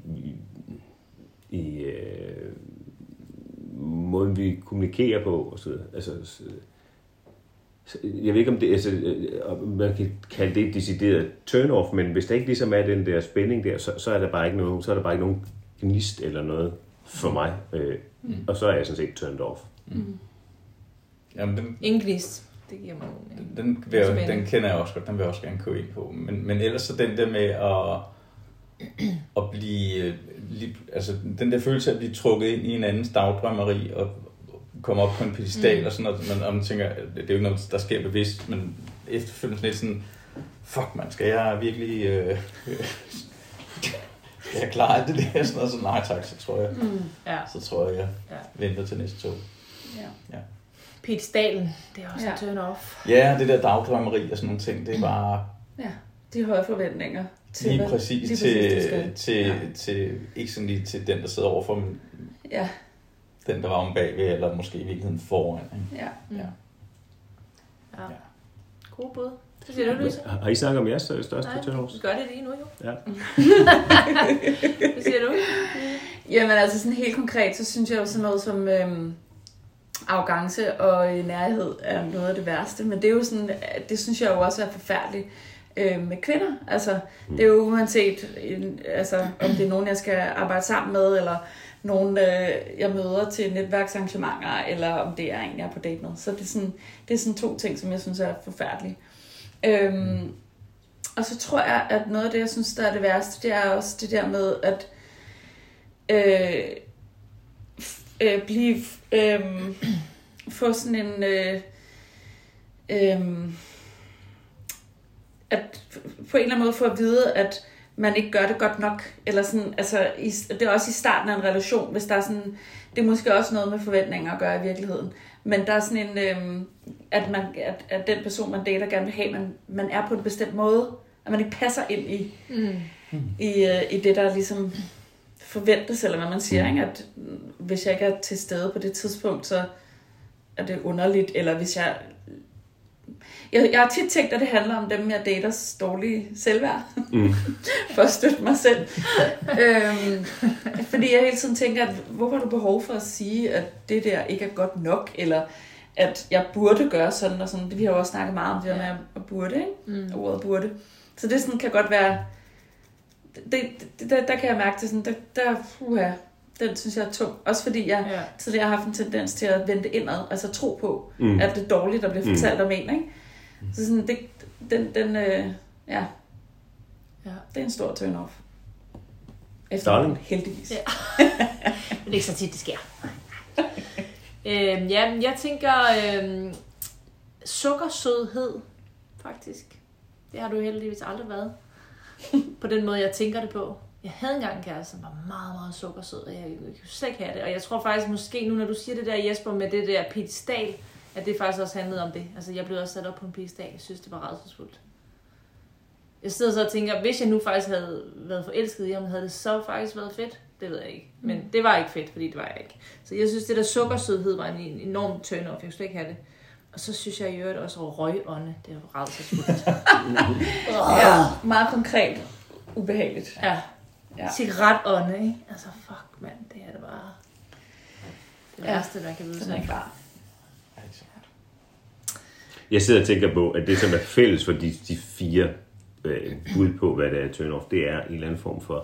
måden vi kommunikerer på og så videre. Altså, jeg ved ikke om det, altså, man kan kalde det et decideret turn-off, men hvis der ikke ligesom er den der spænding der, så er der bare ikke noget, så er der bare ikke nogen gnist eller noget for mig, og så er jeg sådan set turned off. Jamen, ingen gnist, det giver mig den kender jeg også godt, den vil jeg også gerne gå ind på, men ellers så den der med at blive, altså den der følelse af at blive trukket ind i en andens dagdrømmeri og komme op på en pedestal og sådan noget, og man tænker, det er jo ikke noget, der sker bevidst, men efterfølgende lidt sådan, fuck man, skal jeg virkelig skal jeg klare det der? Sådan noget, så nej tak, så tror jeg, venter til næste tog. Ja. Pedestalen, det er også en turn off. Ja, det der dagdrømmeri og sådan nogle ting, det er bare... Ja, de høje forventninger. Til lige præcis til ikke sådan lige til den, der sidder overfor, men den, der var om bagved, eller måske i virkeligheden foran. Ikke? Ja. God bud. Så siger du, Louise? Har I snakket om jeres største turn-offs? Vi gør det lige nu, jo. Ja. Hvad siger du? Jamen altså sådan helt konkret, så synes jeg jo sådan noget som arrogance og nærhed er noget af det værste. Men det er jo sådan, det synes jeg jo også er forfærdeligt med kvinder. Altså, det er jo uanset, altså, om det er nogen, jeg skal arbejde sammen med, eller nogen, jeg møder til netværksarrangementer, eller om det er en, jeg er på date med. Så det er sådan to ting, som jeg synes er forfærdelige. Og så tror jeg, at noget af det, jeg synes, der er det værste, det er også det der med at få sådan en på en eller anden måde få at vide, at man ikke gør det godt nok, eller sådan, altså, det er også i starten af en relation, hvis der er sådan, det er måske også noget med forventninger at gøre i virkeligheden, men der er sådan en, at den person, man dater, gerne vil have, man er på en bestemt måde, at man ikke passer ind i det, der ligesom forventes, eller hvad man siger, ikke? At hvis jeg ikke er til stede på det tidspunkt, så er det underligt, eller hvis jeg har tit tænkt, at det handler om dem, jeg daters dårlige selvværd, for at støtte mig selv. Fordi jeg hele tiden tænker, at hvorfor har du behov for at sige, at det der ikke er godt nok, eller at jeg burde gøre sådan og sådan. Det vi har jo også snakket meget om det der med at burde, ikke? Ordet burde. Så det sådan kan godt være, der kan jeg mærke det sådan, den synes jeg er tung. Også fordi jeg tidligere har haft en tendens til at vende indad, altså tro på, at det er dårligt, der bliver fortalt om en, ikke? Så sådan, det er en stor turn-off. Efter heldigvis. Ja. Men det er ikke så tit, det sker. Jeg tænker sukkersødhed, faktisk. Det har du heldigvis aldrig været. På den måde, jeg tænker det på. Jeg havde engang en kæreste, som var meget, meget sukkersød, og jeg kunne slet ikke have det. Og jeg tror faktisk måske nu, når du siger det der, Jesper, med det der pedestal, at det faktisk også handlede om det. Altså, jeg blev også sat op på en pedestal. Jeg synes, det var rædselsfuldt. Jeg sidder så og tænker, hvis jeg nu faktisk havde været forelsket i ham, havde det så faktisk været fedt? Det ved jeg ikke. Men det var ikke fedt, fordi det var jeg ikke. Så jeg synes, det der sukkersødhed var en enorm turn-off. Jeg kunne slet ikke have det. Og så synes jeg i øvrigt også over røgånde. Det er rædselsfuldt. Ja, meget konkret. Ubehageligt. Ja. Cigaretånde, ikke? Altså, fuck, mand. Det er det bare det værste, man kan vide sig. Jeg sidder og tænker på, at det, som er fælles for de fire bud på, hvad det er turn-off, det er en eller anden form for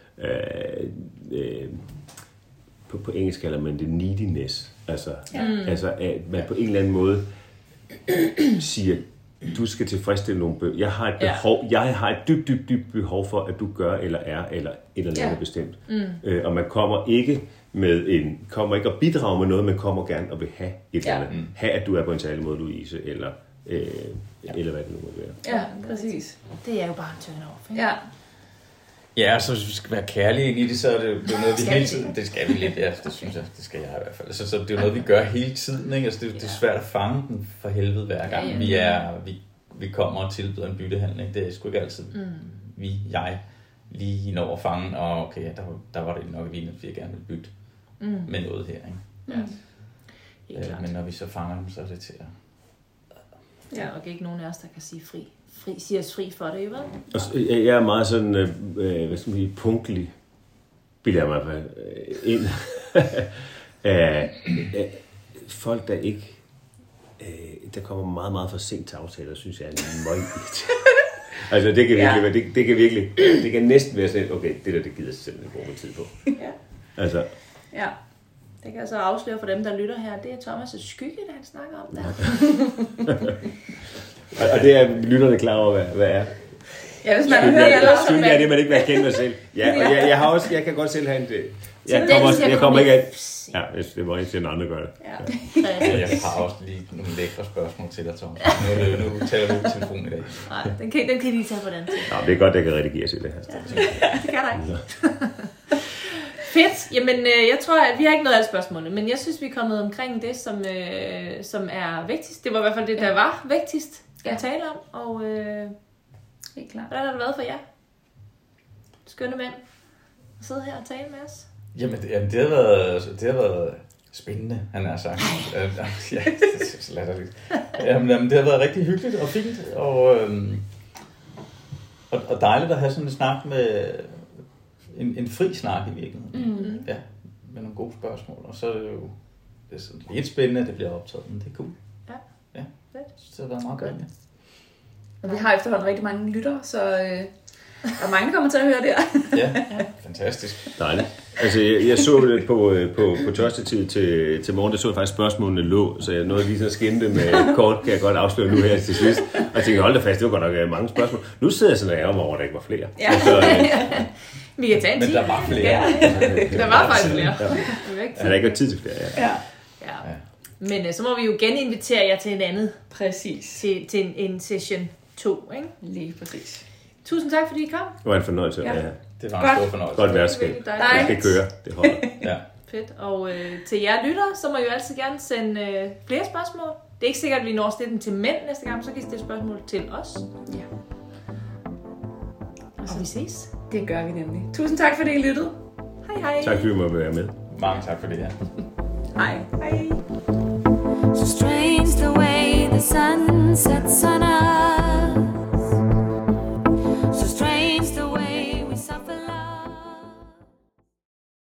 på engelsk kalder man det neediness. Altså at man på en eller anden måde siger, du skal tilfredsstille nogle behov. Jeg har et dybt behov for, at du gør eller er eller et eller andet bestemt. Og man kommer ikke og bidrager med noget, man kommer gerne og vil have et eller andet. Have, at du er på en særlig måde, Louise, eller hvad det nu må være. Ja, præcis. Det er jo bare en turn-off, ikke? Ja, så hvis vi skal være kærlige ind i det, så er det jo noget, vi hele tiden... Det skal vi lidt, det synes jeg. Det skal jeg i hvert fald. Så det er jo noget, vi gør hele tiden, ikke? Altså, det er svært at fange den for helvede hver gang. Vi kommer og tilbyder en byttehandling. Det er sgu ikke altid jeg lige når at fange. Og okay, der var det nok vildt, at jeg gerne vil bytte med noget her, ikke? Men når vi så fanger dem, så er det til at... Ja, og ikke nogen af os, der kan sige siger os fri for det, vel? Jeg er meget sådan, punktlig, bilder jeg mig ind. Folk, der ikke... der kommer meget, meget for sent til aftaler, synes jeg er en møgigt. Altså, det kan virkelig være... Det kan næsten være sådan, okay, det der, det gider jeg simpelthen bruge min tid på. Altså... Ja. Det kan jeg så afsløre for dem, der lytter her. Det er Thomas' skygge, der han snakker om der. Og det er lytterne klar over, hvad er. Ja, hvis man hører det, så skygge er det, man ikke vil kende sig selv. Ja, og jeg kan godt selv have en det. Jeg kommer ikke af. Ja, det var ikke til, at andre gør det. Jeg har også lige nogle lækre spørgsmål til dig, Thomas. Nu taler du i telefonen i dag. Nej, den kan I lige tage på den tid. Nå, det er godt, at jeg kan redigere sig det her. Det kan der ikke. Fedt. Jamen, jeg tror, at vi har ikke noget af spørgsmålene, men jeg synes, vi er kommet omkring det, som er vigtigst. Det var i hvert fald det, der var vigtigst at tale om. Og helt klart. Hvordan har det været for jer? Skønne mænd. At sidde her og tale med os. Jamen, det har været spændende, han har sagt. Ja, det er så latterligt. Jamen, det har været rigtig hyggeligt og fint, og dejligt at have sådan en snak med... En fri snak i virkeligheden. Ja, med nogle gode spørgsmål. Og så er det jo lidt spændende, at det bliver optaget, men det er cool. Ja. Så det har været meget godt. Og vi har efterhånden rigtig mange lyttere, så der er mange, der kommer til at høre det her. Ja, fantastisk. Dejligt. Altså, jeg så det på tørstetid til morgen, der så jeg faktisk spørgsmålene lå, så jeg nåede lige så skændte med kort, kan jeg godt afsløre nu her til sidst. Og jeg tænkte, hold da fast, det var godt nok mange spørgsmål. Nu sidder jeg sådan og ærger mig over, at der ikke var flere. Ja. Så, vi kan tage en 10. Men der var flere. Der var faktisk flere. Ja, der ikke var tid til flere, ja. Men så må vi jo geninvitere jer til en andet. Præcis. Til en session 2, ikke? Lige præcis. Tusind tak, fordi I kom. Det var en fornøjelse. Ja. Det var en stor fornøjelse. Godt værtskab. Det skal køre. Det holder. Ja. Fedt. Og til jer lytter, så må I jo altid gerne sende flere spørgsmål. Det er ikke sikkert, at vi når at stille dem til mænd næste gang, så kan I stille spørgsmål til os. Ja. Og vi ses. Det gør vi nemlig. Tusind tak, fordi I lyttede. Hej hej. Tak fordi du måtte være med. Mange tak for det her. Hej. So strange the way the sun sets on us.